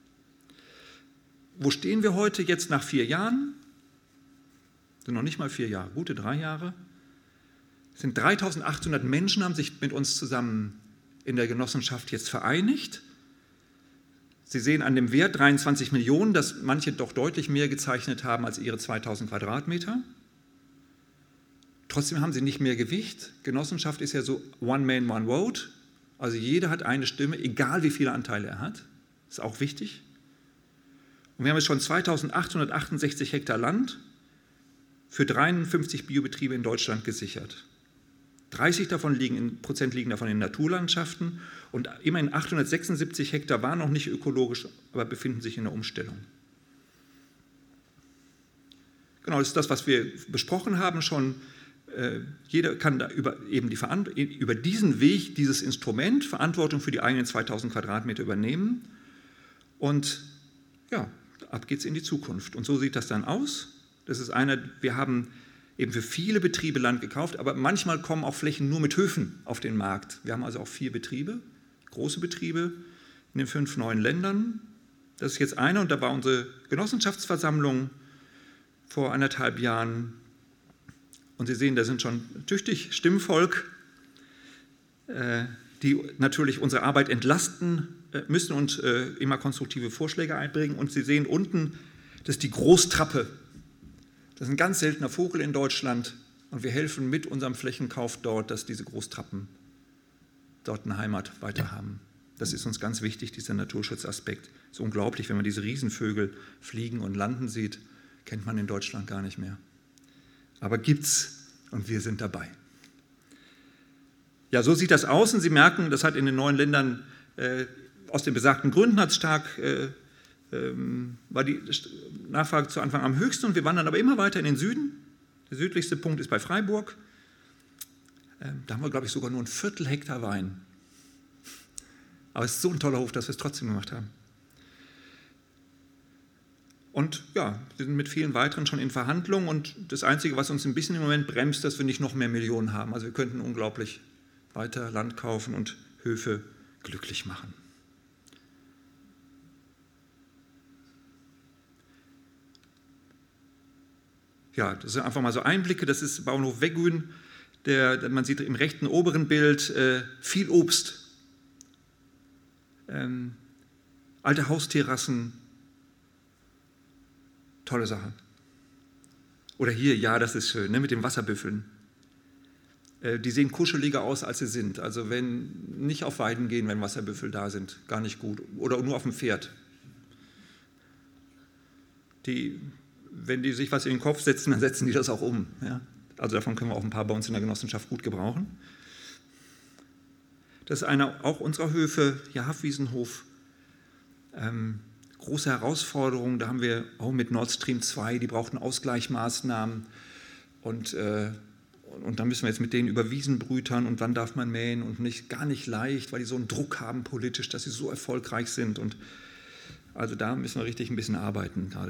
Wo stehen wir heute jetzt nach 4 Jahren? Sind noch nicht mal 4 Jahre, gute 3 Jahre. Es sind 3.800 Menschen, haben sich mit uns zusammen in der Genossenschaft jetzt vereinigt. Sie sehen an dem Wert 23 Millionen, dass manche doch deutlich mehr gezeichnet haben als ihre 2.000 Quadratmeter. Trotzdem haben sie nicht mehr Gewicht. Genossenschaft ist ja so one man, one vote. Also jeder hat eine Stimme, egal wie viele Anteile er hat. Das ist auch wichtig. Und wir haben jetzt schon 2.868 Hektar Land für 53 Biobetriebe in Deutschland gesichert. 30% liegen davon in Naturlandschaften und immerhin 876 Hektar waren noch nicht ökologisch, aber befinden sich in der Umstellung. Genau, das ist das, was wir besprochen haben schon. Jeder kann da über diesen Weg, dieses Instrument, Verantwortung für die eigenen 2.000 Quadratmeter übernehmen. Und ja, ab geht's in die Zukunft. Und so sieht das dann aus. Das ist wir haben eben für viele Betriebe Land gekauft, aber manchmal kommen auch Flächen nur mit Höfen auf den Markt. Wir haben also auch 4 Betriebe, große Betriebe in den 5 neuen Ländern. Das ist jetzt einer und da war unsere Genossenschaftsversammlung vor 1,5 Jahren. Und Sie sehen, da sind schon tüchtig Stimmvolk, die natürlich unsere Arbeit entlasten müssen und immer konstruktive Vorschläge einbringen. Und Sie sehen unten, das ist die Großtrappe. Das ist ein ganz seltener Vogel in Deutschland, Und wir helfen mit unserem Flächenkauf dort, dass diese Großtrappen dort eine Heimat weiter haben. Das ist uns ganz wichtig, dieser Naturschutzaspekt. Es ist unglaublich, wenn man diese Riesenvögel fliegen und landen sieht, kennt man in Deutschland gar nicht mehr. Aber gibt's und wir sind dabei. Ja, so sieht das aus und Sie merken, das hat in den neuen Ländern aus den besagten Gründen war die Nachfrage zu Anfang am höchsten und wir wandern aber immer weiter in den Süden. Der südlichste Punkt ist bei Freiburg. Da haben wir, glaube ich, sogar nur ein Viertel-Hektar Wein. Aber es ist so ein toller Hof, dass wir es trotzdem gemacht haben. Und ja, wir sind mit vielen weiteren schon in Verhandlungen und das Einzige, was uns ein bisschen im Moment bremst, dass wir nicht noch mehr Millionen haben. Also wir könnten unglaublich weiter Land kaufen und Höfe glücklich machen. Ja, das sind einfach mal so Einblicke. Das ist Bauernhof Weggün. Man sieht im rechten oberen Bild viel Obst, alte Hausterrassen, tolle Sache. Oder hier, ja, das ist schön, ne, mit den Wasserbüffeln. Die sehen kuscheliger aus, als sie sind. Also nicht auf Weiden gehen, wenn Wasserbüffel da sind, gar nicht gut. Oder nur auf dem Pferd. Wenn die sich was in den Kopf setzen, dann setzen die das auch um. Ja? Also davon können wir auch ein paar bei uns in der Genossenschaft gut gebrauchen. Das ist einer auch unserer Höfe, hier Hafwiesenhof. Große Herausforderung, da haben wir auch mit Nord Stream 2, die brauchten Ausgleichsmaßnahmen und dann müssen wir jetzt mit denen über Wiesen brütern und wann darf man mähen und gar nicht leicht, weil die so einen Druck haben politisch, dass sie so erfolgreich sind und also da müssen wir richtig ein bisschen arbeiten gerade.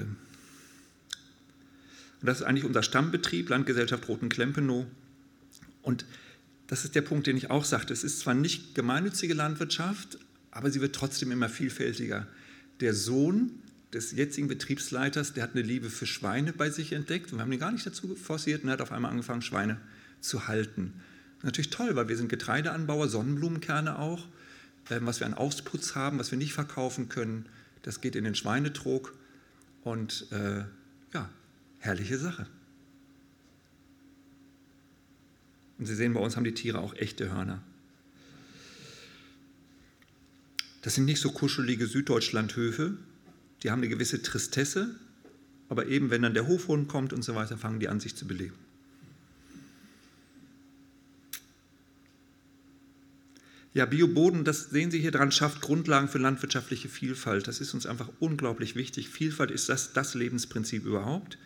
Und das ist eigentlich unser Stammbetrieb, Landgesellschaft Rothen-Klempenow. Und das ist der Punkt, den ich auch sagte. Es ist zwar nicht gemeinnützige Landwirtschaft, aber sie wird trotzdem immer vielfältiger. Der Sohn des jetzigen Betriebsleiters, der hat eine Liebe für Schweine bei sich entdeckt und wir haben ihn gar nicht dazu forciert und er hat auf einmal angefangen, Schweine zu halten. Das ist natürlich toll, weil wir sind Getreideanbauer, Sonnenblumenkerne auch. Was wir an Ausputz haben, was wir nicht verkaufen können, das geht in den Schweinetrog und ja, herrliche Sache. Und Sie sehen, bei uns haben die Tiere auch echte Hörner. Das sind nicht so kuschelige Süddeutschlandhöfe, die haben eine gewisse Tristesse, aber eben, wenn dann der Hofhund kommt und so weiter, fangen die an, sich zu beleben. Ja, Bioboden, das sehen Sie hier dran, schafft Grundlagen für landwirtschaftliche Vielfalt. Das ist uns einfach unglaublich wichtig. Vielfalt ist das Lebensprinzip überhaupt.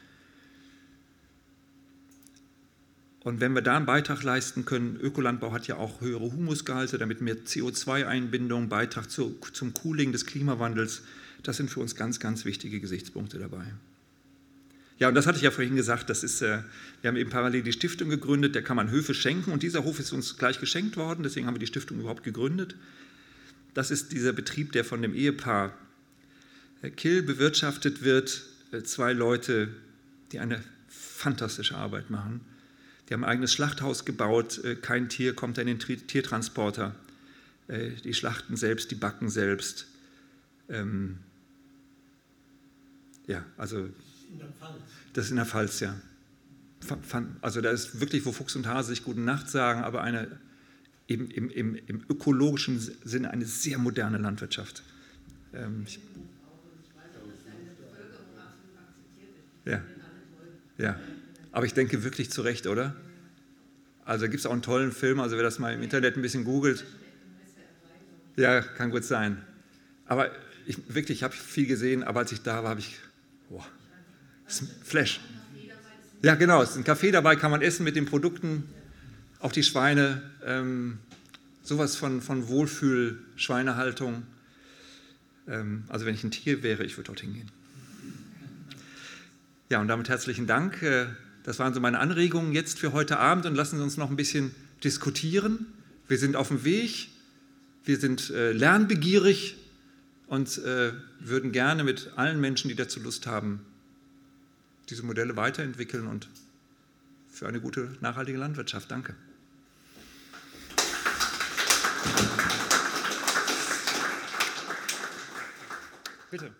Und wenn wir da einen Beitrag leisten können, Ökolandbau hat ja auch höhere Humusgehalte, damit mehr CO2-Einbindung, Beitrag zum Cooling des Klimawandels, das sind für uns ganz, ganz wichtige Gesichtspunkte dabei. Ja, und das hatte ich ja vorhin gesagt, wir haben eben parallel die Stiftung gegründet, der kann man Höfe schenken und dieser Hof ist uns gleich geschenkt worden, deswegen haben wir die Stiftung überhaupt gegründet. Das ist dieser Betrieb, der von dem Ehepaar Kill bewirtschaftet wird, 2 Leute, die eine fantastische Arbeit machen. Die haben ein eigenes Schlachthaus gebaut, kein Tier kommt in den Tiertransporter. Die schlachten selbst, die backen selbst. Ja, also das ist in der Pfalz, ja. Also da ist wirklich, wo Fuchs und Hase sich gute Nacht sagen, aber im ökologischen Sinne eine sehr moderne Landwirtschaft. Ja. Aber ich denke wirklich zu Recht, oder? Also gibt es auch einen tollen Film, also wer das mal im Internet ein bisschen googelt. Ja, kann gut sein. Aber ich habe viel gesehen, aber als ich da war, habe ich, das ist ein Flash. Ja, genau, es ist ein Café dabei, kann man essen mit den Produkten, auch die Schweine, sowas von Wohlfühl-Schweinehaltung. Also wenn ich ein Tier wäre, ich würde dorthin gehen. Ja, und damit herzlichen Dank. Das waren so meine Anregungen jetzt für heute Abend und lassen Sie uns noch ein bisschen diskutieren. Wir sind auf dem Weg, wir sind lernbegierig und würden gerne mit allen Menschen, die dazu Lust haben, diese Modelle weiterentwickeln und für eine gute, nachhaltige Landwirtschaft. Danke. Bitte.